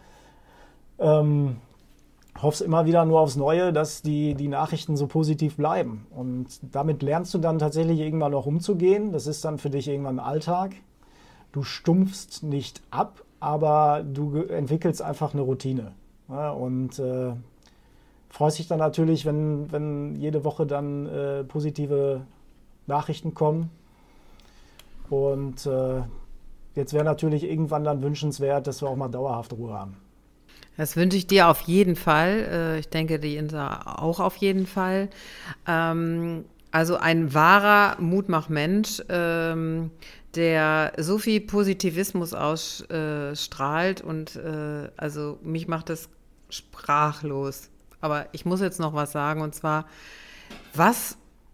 hoffst immer wieder nur aufs Neue, dass die Nachrichten so positiv bleiben. Und damit lernst du dann tatsächlich irgendwann auch umzugehen. Das ist dann für dich irgendwann Alltag. Du stumpfst nicht ab, aber du entwickelst einfach eine Routine. Ja? Und freust dich dann natürlich, wenn jede Woche dann positive Nachrichten kommen. Und jetzt wäre natürlich irgendwann dann wünschenswert, dass wir auch mal dauerhaft Ruhe haben. Das wünsche ich dir auf jeden Fall. Ich denke, die Insa auch auf jeden Fall. Also ein wahrer Mutmachmensch, der so viel Positivismus ausstrahlt und also mich macht das sprachlos. Aber ich muss jetzt noch was sagen, und zwar, was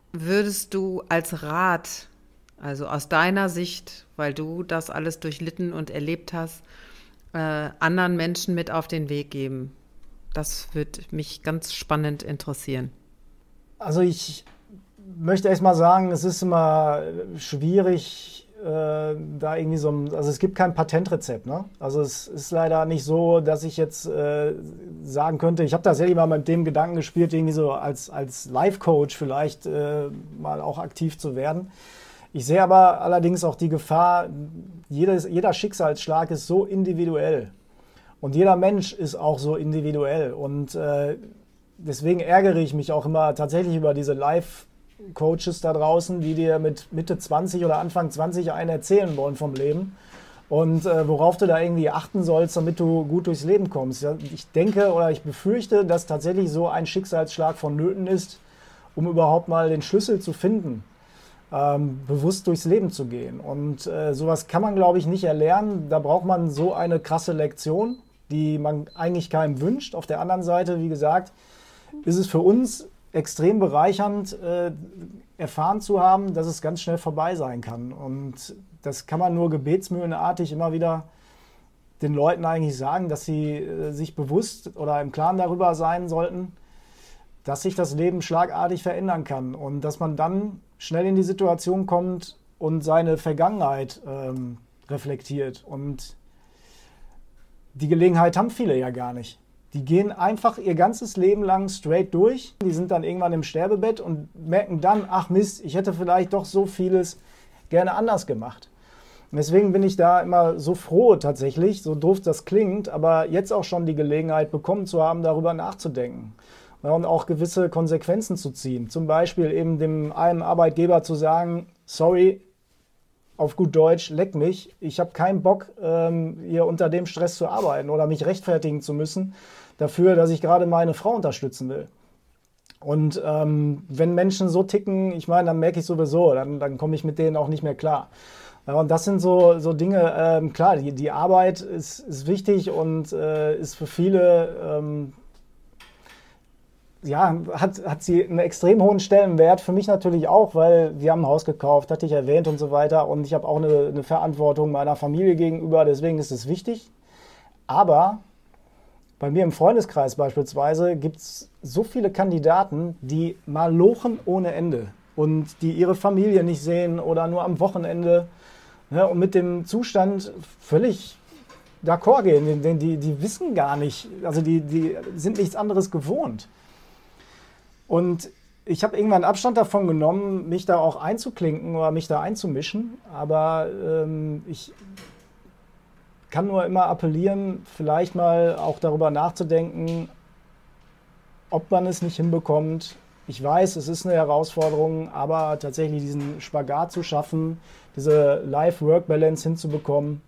würdest du als Rat, also aus deiner Sicht, weil du das alles durchlitten und erlebt hast, anderen Menschen mit auf den Weg geben? Das würde mich ganz spannend interessieren. Also ich möchte erst mal sagen, es ist immer schwierig, da irgendwie also es gibt kein Patentrezept, ne? Also es ist leider nicht so, dass ich jetzt sagen könnte, ich habe tatsächlich mal mit dem Gedanken gespielt, irgendwie so als Life-Coach vielleicht mal auch aktiv zu werden. Ich sehe aber allerdings auch die Gefahr, jeder Schicksalsschlag ist so individuell und jeder Mensch ist auch so individuell und deswegen ärgere ich mich auch immer tatsächlich über diese Life-Coaches da draußen, die dir mit Mitte 20 oder Anfang 20 einen erzählen wollen vom Leben und worauf du da irgendwie achten sollst, damit du gut durchs Leben kommst. Ja, ich denke oder ich befürchte, dass tatsächlich so ein Schicksalsschlag vonnöten ist, um überhaupt mal den Schlüssel zu finden, bewusst durchs Leben zu gehen. Und sowas kann man, glaube ich, nicht erlernen. Da braucht man so eine krasse Lektion, die man eigentlich keinem wünscht. Auf der anderen Seite, wie gesagt, ist es für uns extrem bereichernd, erfahren zu haben, dass es ganz schnell vorbei sein kann. Und das kann man nur gebetsmühlenartig immer wieder den Leuten eigentlich sagen, dass sie sich bewusst oder im Klaren darüber sein sollten, dass sich das Leben schlagartig verändern kann und dass man dann schnell in die Situation kommt und seine Vergangenheit reflektiert. Und die Gelegenheit haben viele ja gar nicht. Die gehen einfach ihr ganzes Leben lang straight durch. Die sind dann irgendwann im Sterbebett und merken dann, ach Mist, ich hätte vielleicht doch so vieles gerne anders gemacht. Und deswegen bin ich da immer so froh tatsächlich, so doof das klingt, aber jetzt auch schon die Gelegenheit bekommen zu haben, darüber nachzudenken. Ja, und auch gewisse Konsequenzen zu ziehen. Zum Beispiel eben einem Arbeitgeber zu sagen, sorry, auf gut Deutsch, leck mich, ich habe keinen Bock, hier unter dem Stress zu arbeiten oder mich rechtfertigen zu müssen dafür, dass ich gerade meine Frau unterstützen will. Und wenn Menschen so ticken, ich meine, dann merke ich sowieso, dann komme ich mit denen auch nicht mehr klar. Ja, und das sind so Dinge, klar, die Arbeit ist wichtig und ist für viele ja, hat sie einen extrem hohen Stellenwert, für mich natürlich auch, weil wir haben ein Haus gekauft, hatte ich erwähnt und so weiter und ich habe auch eine Verantwortung meiner Familie gegenüber, deswegen ist es wichtig. Aber bei mir im Freundeskreis beispielsweise gibt es so viele Kandidaten, die malochen ohne Ende und die ihre Familie nicht sehen oder nur am Wochenende, ja, und mit dem Zustand völlig d'accord gehen, denn die wissen gar nicht, also die sind nichts anderes gewohnt. Und ich habe irgendwann Abstand davon genommen, mich da auch einzuklinken oder mich da einzumischen. Aber ich kann nur immer appellieren, vielleicht mal auch darüber nachzudenken, ob man es nicht hinbekommt. Ich weiß, es ist eine Herausforderung, aber tatsächlich diesen Spagat zu schaffen, diese Life-Work-Balance hinzubekommen,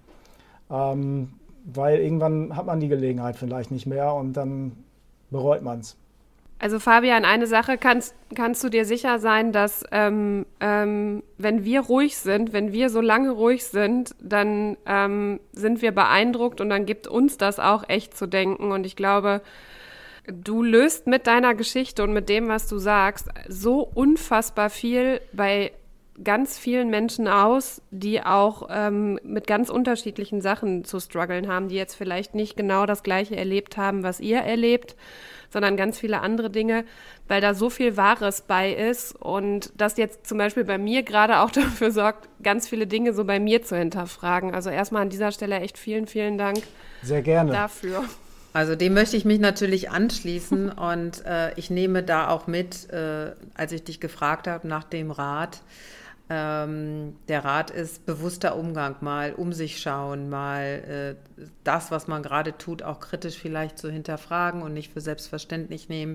weil irgendwann hat man die Gelegenheit vielleicht nicht mehr und dann bereut man es. Also Fabian, eine Sache kannst du dir sicher sein, dass wenn wir ruhig sind, wenn wir so lange ruhig sind, dann sind wir beeindruckt und dann gibt uns das auch echt zu denken. Und ich glaube, du löst mit deiner Geschichte und mit dem, was du sagst, so unfassbar viel bei ganz vielen Menschen aus, die auch mit ganz unterschiedlichen Sachen zu strugglen haben, die jetzt vielleicht nicht genau das Gleiche erlebt haben, was ihr erlebt, sondern ganz viele andere Dinge, weil da so viel Wahres bei ist und das jetzt zum Beispiel bei mir gerade auch dafür sorgt, ganz viele Dinge so bei mir zu hinterfragen. Also erstmal an dieser Stelle echt vielen, vielen Dank. Sehr gerne. Dafür. Also dem möchte ich mich natürlich anschließen und ich nehme da auch mit, als ich dich gefragt habe nach dem Rat. Der Rat ist bewusster Umgang, mal um sich schauen, mal das, was man gerade tut, auch kritisch vielleicht zu hinterfragen und nicht für selbstverständlich nehmen.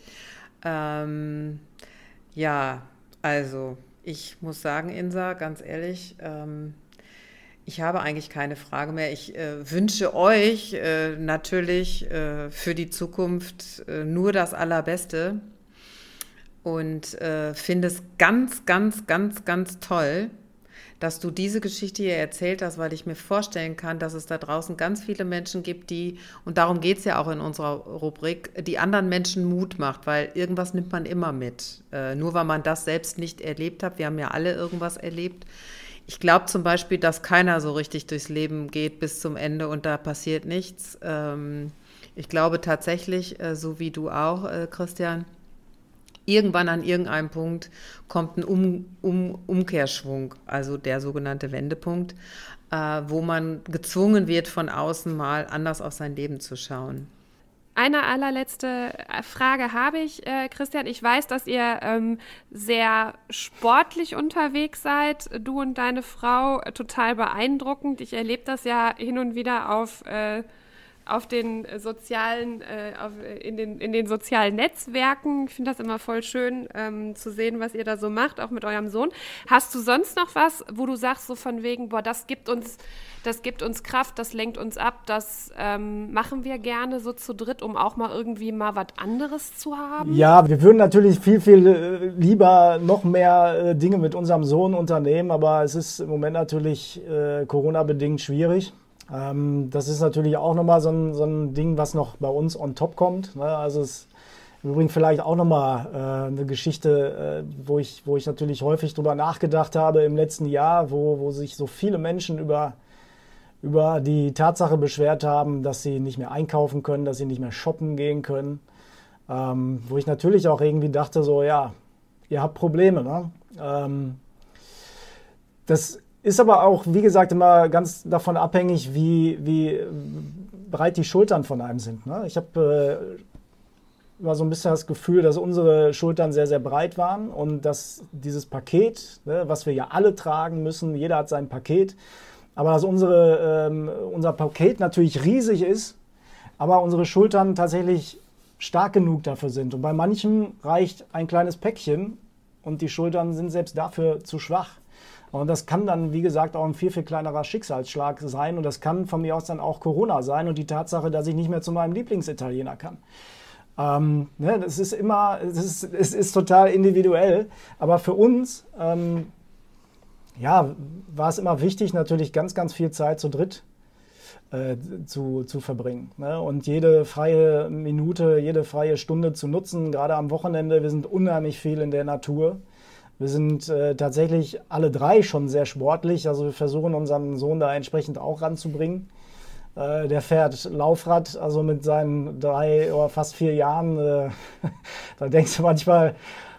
Ja, also ich muss sagen, Insa, ganz ehrlich, ich habe eigentlich keine Frage mehr. Ich wünsche euch natürlich für die Zukunft nur das Allerbeste. Und finde es ganz, ganz, ganz, ganz toll, dass du diese Geschichte hier erzählt hast, weil ich mir vorstellen kann, dass es da draußen ganz viele Menschen gibt, die, und darum geht es ja auch in unserer Rubrik, die anderen Menschen Mut macht, weil irgendwas nimmt man immer mit. Nur weil man das selbst nicht erlebt hat, wir haben ja alle irgendwas erlebt. Ich glaube zum Beispiel, dass keiner so richtig durchs Leben geht bis zum Ende und da passiert nichts. Ich glaube tatsächlich, so wie du auch, Christian, irgendwann an irgendeinem Punkt kommt ein Umkehrschwung, also der sogenannte Wendepunkt, wo man gezwungen wird, von außen mal anders auf sein Leben zu schauen. Eine allerletzte Frage habe ich, Christian. Ich weiß, dass ihr sehr sportlich unterwegs seid, du und deine Frau, total beeindruckend. Ich erlebe das ja hin und wieder auf den sozialen, in den sozialen Netzwerken. Ich finde das immer voll schön zu sehen, was ihr da so macht, auch mit eurem Sohn. Hast du sonst noch was, wo du sagst, so von wegen, boah, das gibt uns Kraft, das lenkt uns ab, das machen wir gerne so zu dritt, um auch mal irgendwie mal was anderes zu haben? Ja, wir würden natürlich viel, viel lieber noch mehr Dinge mit unserem Sohn unternehmen, aber es ist im Moment natürlich Corona-bedingt schwierig. Das ist natürlich auch nochmal so ein Ding, was noch bei uns on top kommt. Ne? Also es ist im Übrigen vielleicht auch nochmal eine Geschichte, wo ich natürlich häufig drüber nachgedacht habe im letzten Jahr, wo sich so viele Menschen über die Tatsache beschwert haben, dass sie nicht mehr einkaufen können, dass sie nicht mehr shoppen gehen können. Wo ich natürlich auch irgendwie dachte, so ja, ihr habt Probleme. Ne? Das ist aber auch, wie gesagt, immer ganz davon abhängig, wie breit die Schultern von einem sind. Ne? Ich habe immer so ein bisschen das Gefühl, dass unsere Schultern sehr, sehr breit waren und dass dieses Paket, ne, was wir ja alle tragen müssen, jeder hat sein Paket, aber dass unser Paket natürlich riesig ist, aber unsere Schultern tatsächlich stark genug dafür sind. Und bei manchen reicht ein kleines Päckchen und die Schultern sind selbst dafür zu schwach. Und das kann dann, wie gesagt, auch ein viel, viel kleinerer Schicksalsschlag sein. Und das kann von mir aus dann auch Corona sein und die Tatsache, dass ich nicht mehr zu meinem Lieblingsitaliener kann. Ne, das ist immer, es ist total individuell. Aber für uns war es immer wichtig, natürlich ganz, ganz viel Zeit zu dritt zu verbringen. Ne? Und jede freie Minute, jede freie Stunde zu nutzen, gerade am Wochenende. Wir sind unheimlich viel in der Natur. Wir sind tatsächlich alle drei schon sehr sportlich, also wir versuchen unseren Sohn da entsprechend auch ranzubringen. Der fährt Laufrad, also mit seinen 3 oder fast 4 Jahren, da denkst du manchmal,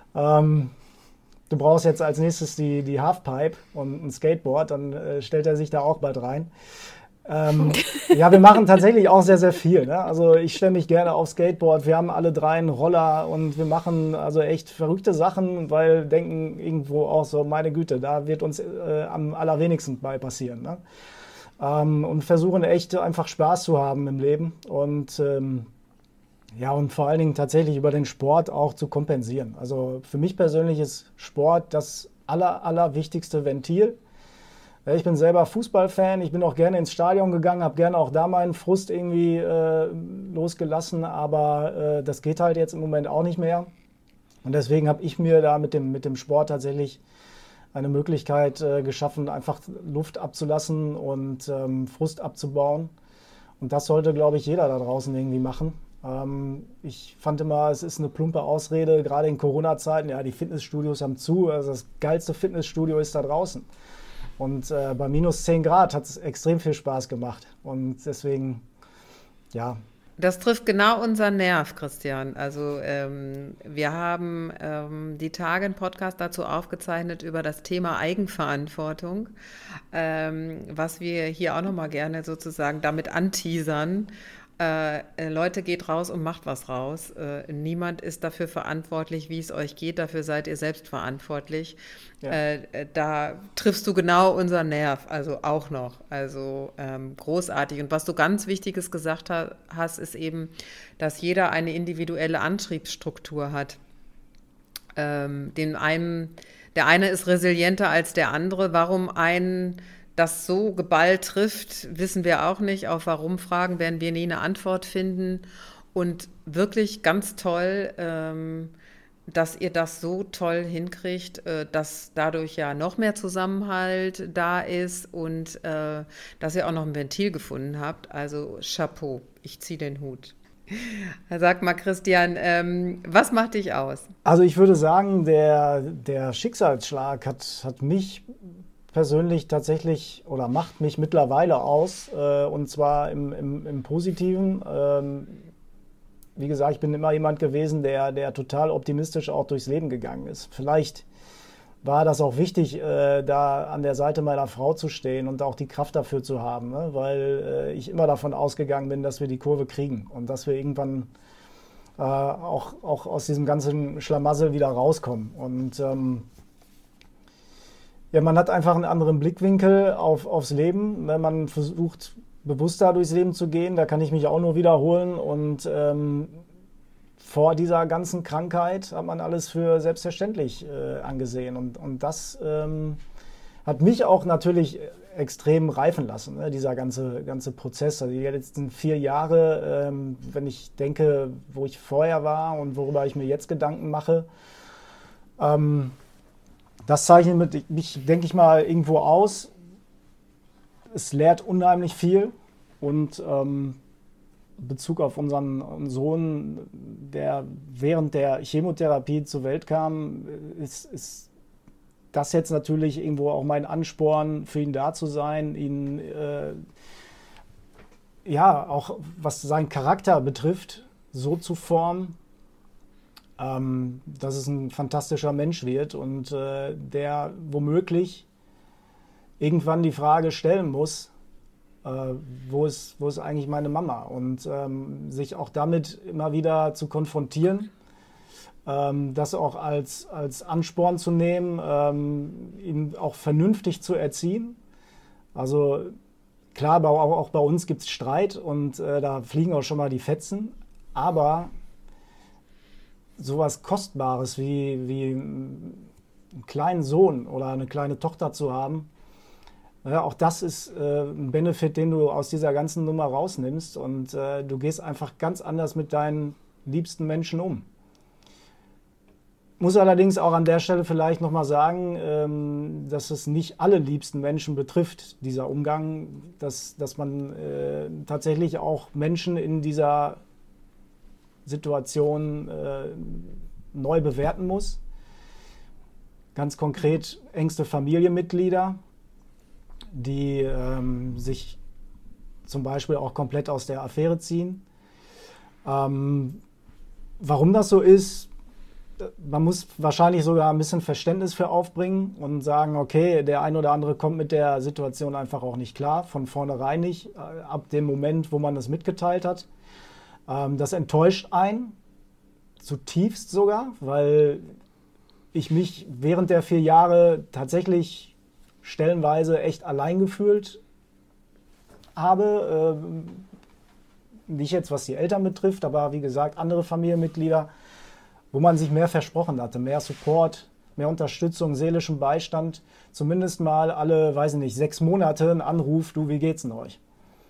du brauchst jetzt als nächstes die Halfpipe und ein Skateboard, dann stellt er sich da auch bald rein. Ja, wir machen tatsächlich auch sehr, sehr viel. Ne? Also ich stelle mich gerne aufs Skateboard. Wir haben alle drei einen Roller und wir machen also echt verrückte Sachen, weil denken irgendwo auch so, meine Güte, da wird uns am allerwenigsten bei passieren. Ne? Und versuchen echt einfach Spaß zu haben im Leben und und vor allen Dingen tatsächlich über den Sport auch zu kompensieren. Also für mich persönlich ist Sport das allerwichtigste Ventil. Ich bin selber Fußballfan, ich bin auch gerne ins Stadion gegangen, habe gerne auch da meinen Frust irgendwie losgelassen, aber das geht halt jetzt im Moment auch nicht mehr. Und deswegen habe ich mir da mit dem Sport tatsächlich eine Möglichkeit geschaffen, einfach Luft abzulassen und Frust abzubauen. Und das sollte, glaube ich, jeder da draußen irgendwie machen. Ich fand immer, es ist eine plumpe Ausrede, gerade in Corona-Zeiten, ja, die Fitnessstudios haben zu, also das geilste Fitnessstudio ist da draußen. Und bei minus 10 Grad hat es extrem viel Spaß gemacht. Und deswegen, ja. Das trifft genau unseren Nerv, Christian. Also wir haben die Tage einen Podcast dazu aufgezeichnet über das Thema Eigenverantwortung, was wir hier auch nochmal gerne sozusagen damit anteasern. Leute, geht raus und macht was raus. Niemand ist dafür verantwortlich, wie es euch geht. Dafür seid ihr selbst verantwortlich. Ja. Da triffst du genau unseren Nerv, also auch noch. Also großartig. Und was du ganz Wichtiges gesagt hast, ist eben, dass jeder eine individuelle Antriebsstruktur hat. Der eine ist resilienter als der andere. Warum einen das so geballt trifft, wissen wir auch nicht. Auf Warum-Fragen werden wir nie eine Antwort finden. Und wirklich ganz toll, dass ihr das so toll hinkriegt, dass dadurch ja noch mehr Zusammenhalt da ist und dass ihr auch noch ein Ventil gefunden habt. Also Chapeau, ich ziehe den Hut. Sag mal, Christian, was macht dich aus? Also ich würde sagen, der Schicksalsschlag hat mich persönlich tatsächlich oder macht mich mittlerweile aus, und zwar im Positiven. Wie gesagt, ich bin immer jemand gewesen, der total optimistisch auch durchs Leben gegangen ist. Vielleicht war das auch wichtig, da an der Seite meiner Frau zu stehen und auch die Kraft dafür zu haben, ne? Weil ich immer davon ausgegangen bin, dass wir die Kurve kriegen und dass wir irgendwann auch aus diesem ganzen Schlamassel wieder rauskommen. Und ja, man hat einfach einen anderen Blickwinkel aufs Leben, wenn man versucht, bewusster durchs Leben zu gehen. Da kann ich mich auch nur wiederholen. Und vor dieser ganzen Krankheit hat man alles für selbstverständlich angesehen. Und das hat mich auch natürlich extrem reifen lassen, ne? Dieser ganze Prozess. Also die letzten 4 Jahre, wenn ich denke, wo ich vorher war und worüber ich mir jetzt Gedanken mache, das zeichnet mich, denke ich mal, irgendwo aus. Es lehrt unheimlich viel und Bezug auf unseren Sohn, der während der Chemotherapie zur Welt kam, ist das jetzt natürlich irgendwo auch mein Ansporn, für ihn da zu sein, ihn ja auch was seinen Charakter betrifft, so zu formen, dass es ein fantastischer Mensch wird und der womöglich irgendwann die Frage stellen muss, wo ist eigentlich meine Mama? Und sich auch damit immer wieder zu konfrontieren, das auch als Ansporn zu nehmen, ihn auch vernünftig zu erziehen. Also klar, auch bei uns gibt es Streit und da fliegen auch schon mal die Fetzen, aber sowas Kostbares wie einen kleinen Sohn oder eine kleine Tochter zu haben, ja, auch das ist ein Benefit, den du aus dieser ganzen Nummer rausnimmst und du gehst einfach ganz anders mit deinen liebsten Menschen um. Muss allerdings auch an der Stelle vielleicht nochmal sagen, dass es nicht alle liebsten Menschen betrifft, dieser Umgang, dass man tatsächlich auch Menschen in dieser Situation neu bewerten muss. Ganz konkret engste Familienmitglieder, die sich zum Beispiel auch komplett aus der Affäre ziehen. Warum das so ist, man muss wahrscheinlich sogar ein bisschen Verständnis für aufbringen und sagen, okay, der ein oder andere kommt mit der Situation einfach auch nicht klar, von vornherein nicht, ab dem Moment, wo man das mitgeteilt hat. Das enttäuscht einen, zutiefst sogar, weil ich mich während der 4 Jahre tatsächlich stellenweise echt allein gefühlt habe. Nicht jetzt, was die Eltern betrifft, aber wie gesagt, andere Familienmitglieder, wo man sich mehr versprochen hatte, mehr Support, mehr Unterstützung, seelischen Beistand, zumindest mal alle, weiß ich nicht, 6 Monate einen Anruf, du, wie geht's denn euch?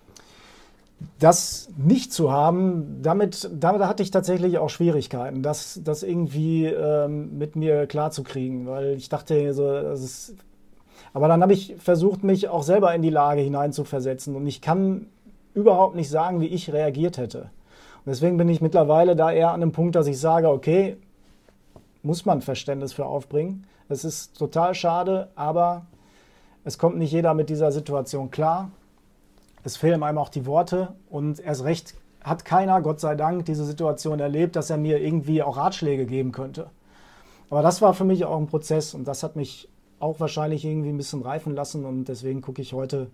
Das nicht zu haben, damit hatte ich tatsächlich auch Schwierigkeiten, das irgendwie mit mir klarzukriegen, weil ich dachte, so, das ist. Aber dann habe ich versucht, mich auch selber in die Lage hineinzuversetzen und ich kann überhaupt nicht sagen, wie ich reagiert hätte. Und deswegen bin ich mittlerweile da eher an dem Punkt, dass ich sage, okay, muss man Verständnis für aufbringen. Es ist total schade, aber es kommt nicht jeder mit dieser Situation klar. Es fehlen einem auch die Worte und erst recht hat keiner, Gott sei Dank, diese Situation erlebt, dass er mir irgendwie auch Ratschläge geben könnte. Aber das war für mich auch ein Prozess und das hat mich auch wahrscheinlich irgendwie ein bisschen reifen lassen und deswegen gucke ich heute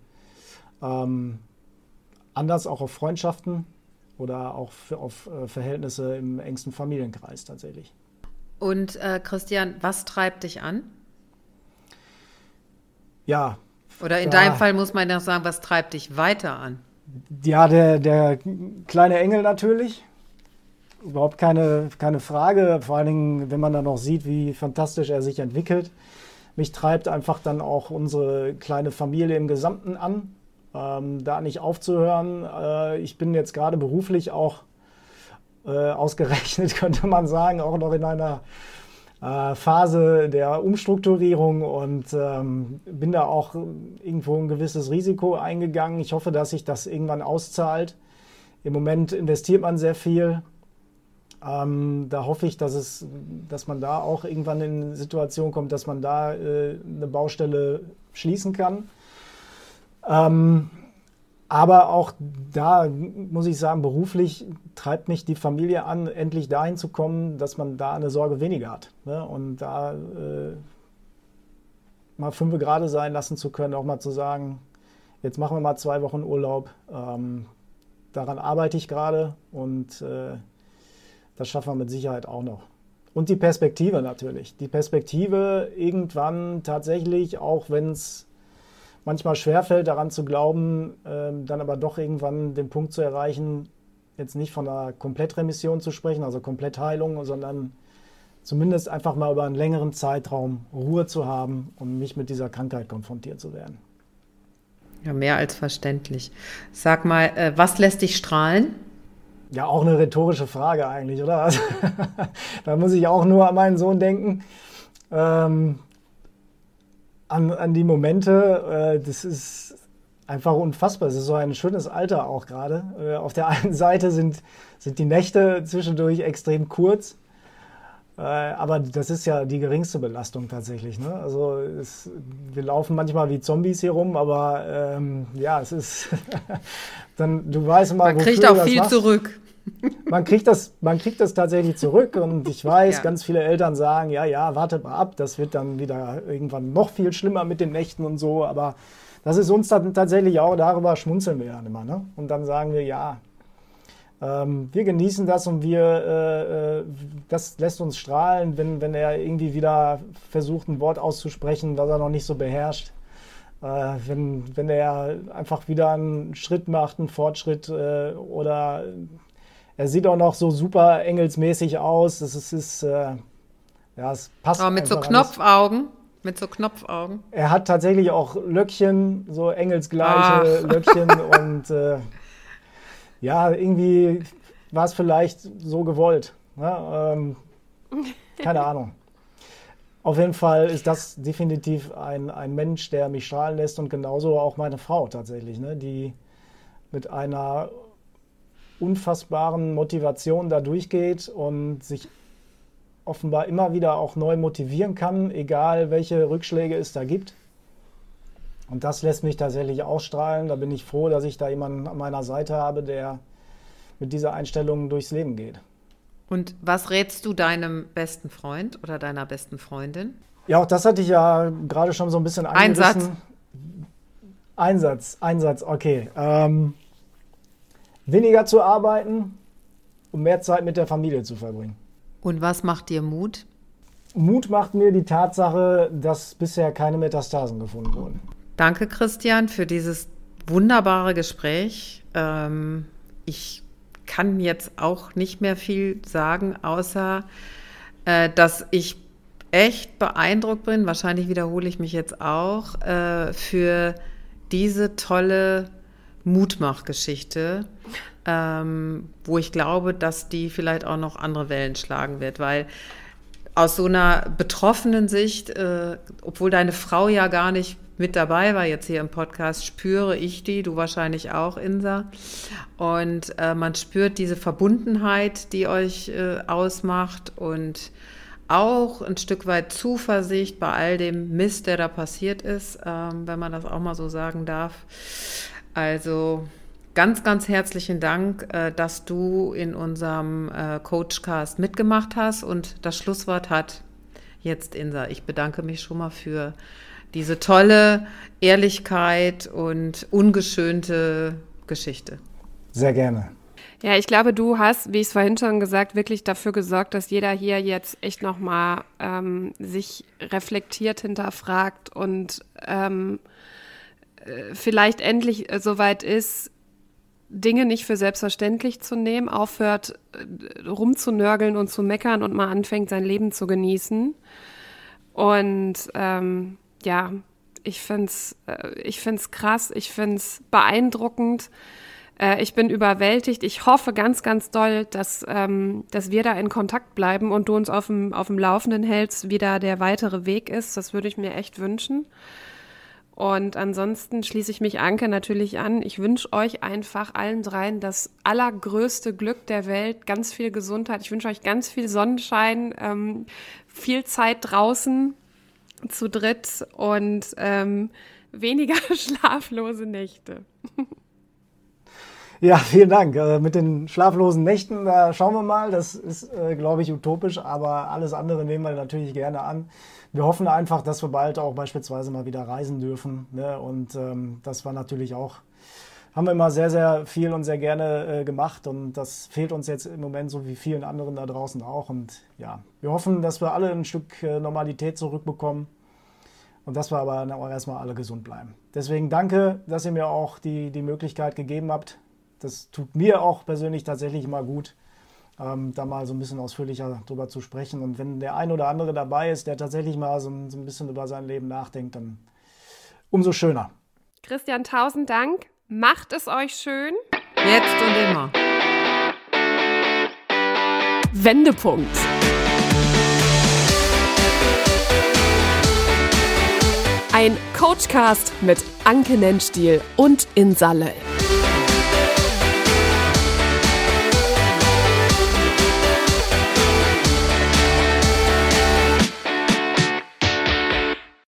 anders auch auf Freundschaften oder auch auf Verhältnisse im engsten Familienkreis tatsächlich. Und Christian, was treibt dich an? Ja. Oder in deinem Fall muss man ja sagen, was treibt dich weiter an? Ja, der kleine Engel natürlich. Überhaupt keine Frage. Vor allen Dingen, wenn man dann noch sieht, wie fantastisch er sich entwickelt. Mich treibt einfach dann auch unsere kleine Familie im Gesamten an, da nicht aufzuhören. Ich bin jetzt gerade beruflich auch ausgerechnet könnte man sagen, auch noch in einer Phase der Umstrukturierung und bin da auch irgendwo ein gewisses Risiko eingegangen. Ich hoffe, dass sich das irgendwann auszahlt. Im Moment investiert man sehr viel. Da hoffe ich, dass man da auch irgendwann in eine Situation kommt, dass man da eine Baustelle schließen kann. Aber auch da muss ich sagen, beruflich treibt mich die Familie an, endlich dahin zu kommen, dass man da eine Sorge weniger hat. Ne? Und da mal 5 gerade sein lassen zu können, auch mal zu sagen, jetzt machen wir mal 2 Wochen Urlaub. Daran arbeite ich gerade und das schaffen wir mit Sicherheit auch noch. Und die Perspektive natürlich. Die Perspektive irgendwann tatsächlich, auch wenn es manchmal schwerfällt, daran zu glauben, dann aber doch irgendwann den Punkt zu erreichen, jetzt nicht von einer Komplettremission zu sprechen, also Komplettheilung, sondern zumindest einfach mal über einen längeren Zeitraum Ruhe zu haben und nicht mit dieser Krankheit konfrontiert zu werden. Ja, mehr als verständlich. Sag mal, was lässt dich strahlen? Ja, auch eine rhetorische Frage eigentlich, oder? Also, da muss ich auch nur an meinen Sohn denken. An die Momente, das ist einfach unfassbar. Es ist so ein schönes Alter auch gerade. Auf der einen Seite sind die Nächte zwischendurch extrem kurz, aber das ist ja die geringste Belastung tatsächlich. Ne? Also wir laufen manchmal wie Zombies hier rum, aber ja, es ist dann, du weißt immer, man kriegt auch viel zurück. Man kriegt das tatsächlich zurück und ich weiß, ganz viele Eltern sagen, ja, warte mal ab, das wird dann wieder irgendwann noch viel schlimmer mit den Nächten und so, aber das ist uns dann tatsächlich auch, darüber schmunzeln wir ja immer, ne? Und dann sagen wir, ja, wir genießen das und das lässt uns strahlen, wenn er irgendwie wieder versucht, ein Wort auszusprechen, was er noch nicht so beherrscht. Wenn er einfach wieder einen Schritt macht, einen Fortschritt oder er sieht auch noch so super engelsmäßig aus. Es passt. Aber mit so Knopfaugen. Mit so Knopfaugen. Er hat tatsächlich auch Löckchen, so engelsgleiche Löckchen. Und ja, irgendwie war es vielleicht so gewollt. Ne? Keine Ahnung. Auf jeden Fall ist das definitiv ein Mensch, der mich strahlen lässt und genauso auch meine Frau tatsächlich, ne? Die mit einer unfassbaren Motivation da durchgeht und sich offenbar immer wieder auch neu motivieren kann, egal welche Rückschläge es da gibt. Und das lässt mich tatsächlich ausstrahlen. Da bin ich froh, dass ich da jemanden an meiner Seite habe, der mit dieser Einstellung durchs Leben geht. Und was rätst du deinem besten Freund oder deiner besten Freundin? Ja, auch das hatte ich ja gerade schon so ein bisschen angerissen. Einsatz, okay. Weniger zu arbeiten, um mehr Zeit mit der Familie zu verbringen. Und was macht dir Mut? Mut macht mir die Tatsache, dass bisher keine Metastasen gefunden wurden. Danke, Christian, für dieses wunderbare Gespräch. Ich kann jetzt auch nicht mehr viel sagen, außer dass ich echt beeindruckt bin, wahrscheinlich wiederhole ich mich jetzt auch, für diese tolle Mutmachgeschichte, wo ich glaube, dass die vielleicht auch noch andere Wellen schlagen wird, weil aus so einer betroffenen Sicht, obwohl deine Frau ja gar nicht mit dabei war jetzt hier im Podcast, spüre ich die, du wahrscheinlich auch, Insa. Und man spürt diese Verbundenheit, die euch ausmacht und auch ein Stück weit Zuversicht bei all dem Mist, der da passiert ist, wenn man das auch mal so sagen darf. Also ganz, ganz herzlichen Dank, dass du in unserem Coachcast mitgemacht hast und das Schlusswort hat jetzt Insa. Ich bedanke mich schon mal für diese tolle Ehrlichkeit und ungeschönte Geschichte. Sehr gerne. Ja, ich glaube, du hast, wie ich es vorhin schon gesagt, wirklich dafür gesorgt, dass jeder hier jetzt echt nochmal sich reflektiert hinterfragt und vielleicht endlich soweit ist, Dinge nicht für selbstverständlich zu nehmen, aufhört rumzunörgeln und zu meckern und mal anfängt, sein Leben zu genießen. Und ja, ich find's krass, ich find's beeindruckend, Ich bin überwältigt. Ich hoffe ganz, ganz doll, dass wir da in Kontakt bleiben und du uns auf dem Laufenden hältst, wie da der weitere Weg ist. Das würde ich mir echt wünschen. Und ansonsten schließe ich mich Anke natürlich an. Ich wünsche euch einfach allen dreien das allergrößte Glück der Welt, ganz viel Gesundheit. Ich wünsche euch ganz viel Sonnenschein, viel Zeit draußen zu dritt und weniger schlaflose Nächte. Ja, vielen Dank. Mit den schlaflosen Nächten, da schauen wir mal. Das ist, glaube ich, utopisch, aber alles andere nehmen wir natürlich gerne an. Wir hoffen einfach, dass wir bald auch beispielsweise mal wieder reisen dürfen. Ne? Und das war natürlich auch, haben wir immer sehr, sehr viel und sehr gerne gemacht. Und das fehlt uns jetzt im Moment so wie vielen anderen da draußen auch. Und ja, wir hoffen, dass wir alle ein Stück Normalität zurückbekommen. Und dass wir aber auch erstmal alle gesund bleiben. Deswegen danke, dass ihr mir auch die Möglichkeit gegeben habt. Das tut mir auch persönlich tatsächlich immer gut, da mal so ein bisschen ausführlicher drüber zu sprechen. Und wenn der ein oder andere dabei ist, der tatsächlich mal so ein bisschen über sein Leben nachdenkt, dann umso schöner. Christian, 1000 Dank. Macht es euch schön. Jetzt und immer. Wendepunkt. Ein Coachcast mit Anke Nennstiel und in Salle.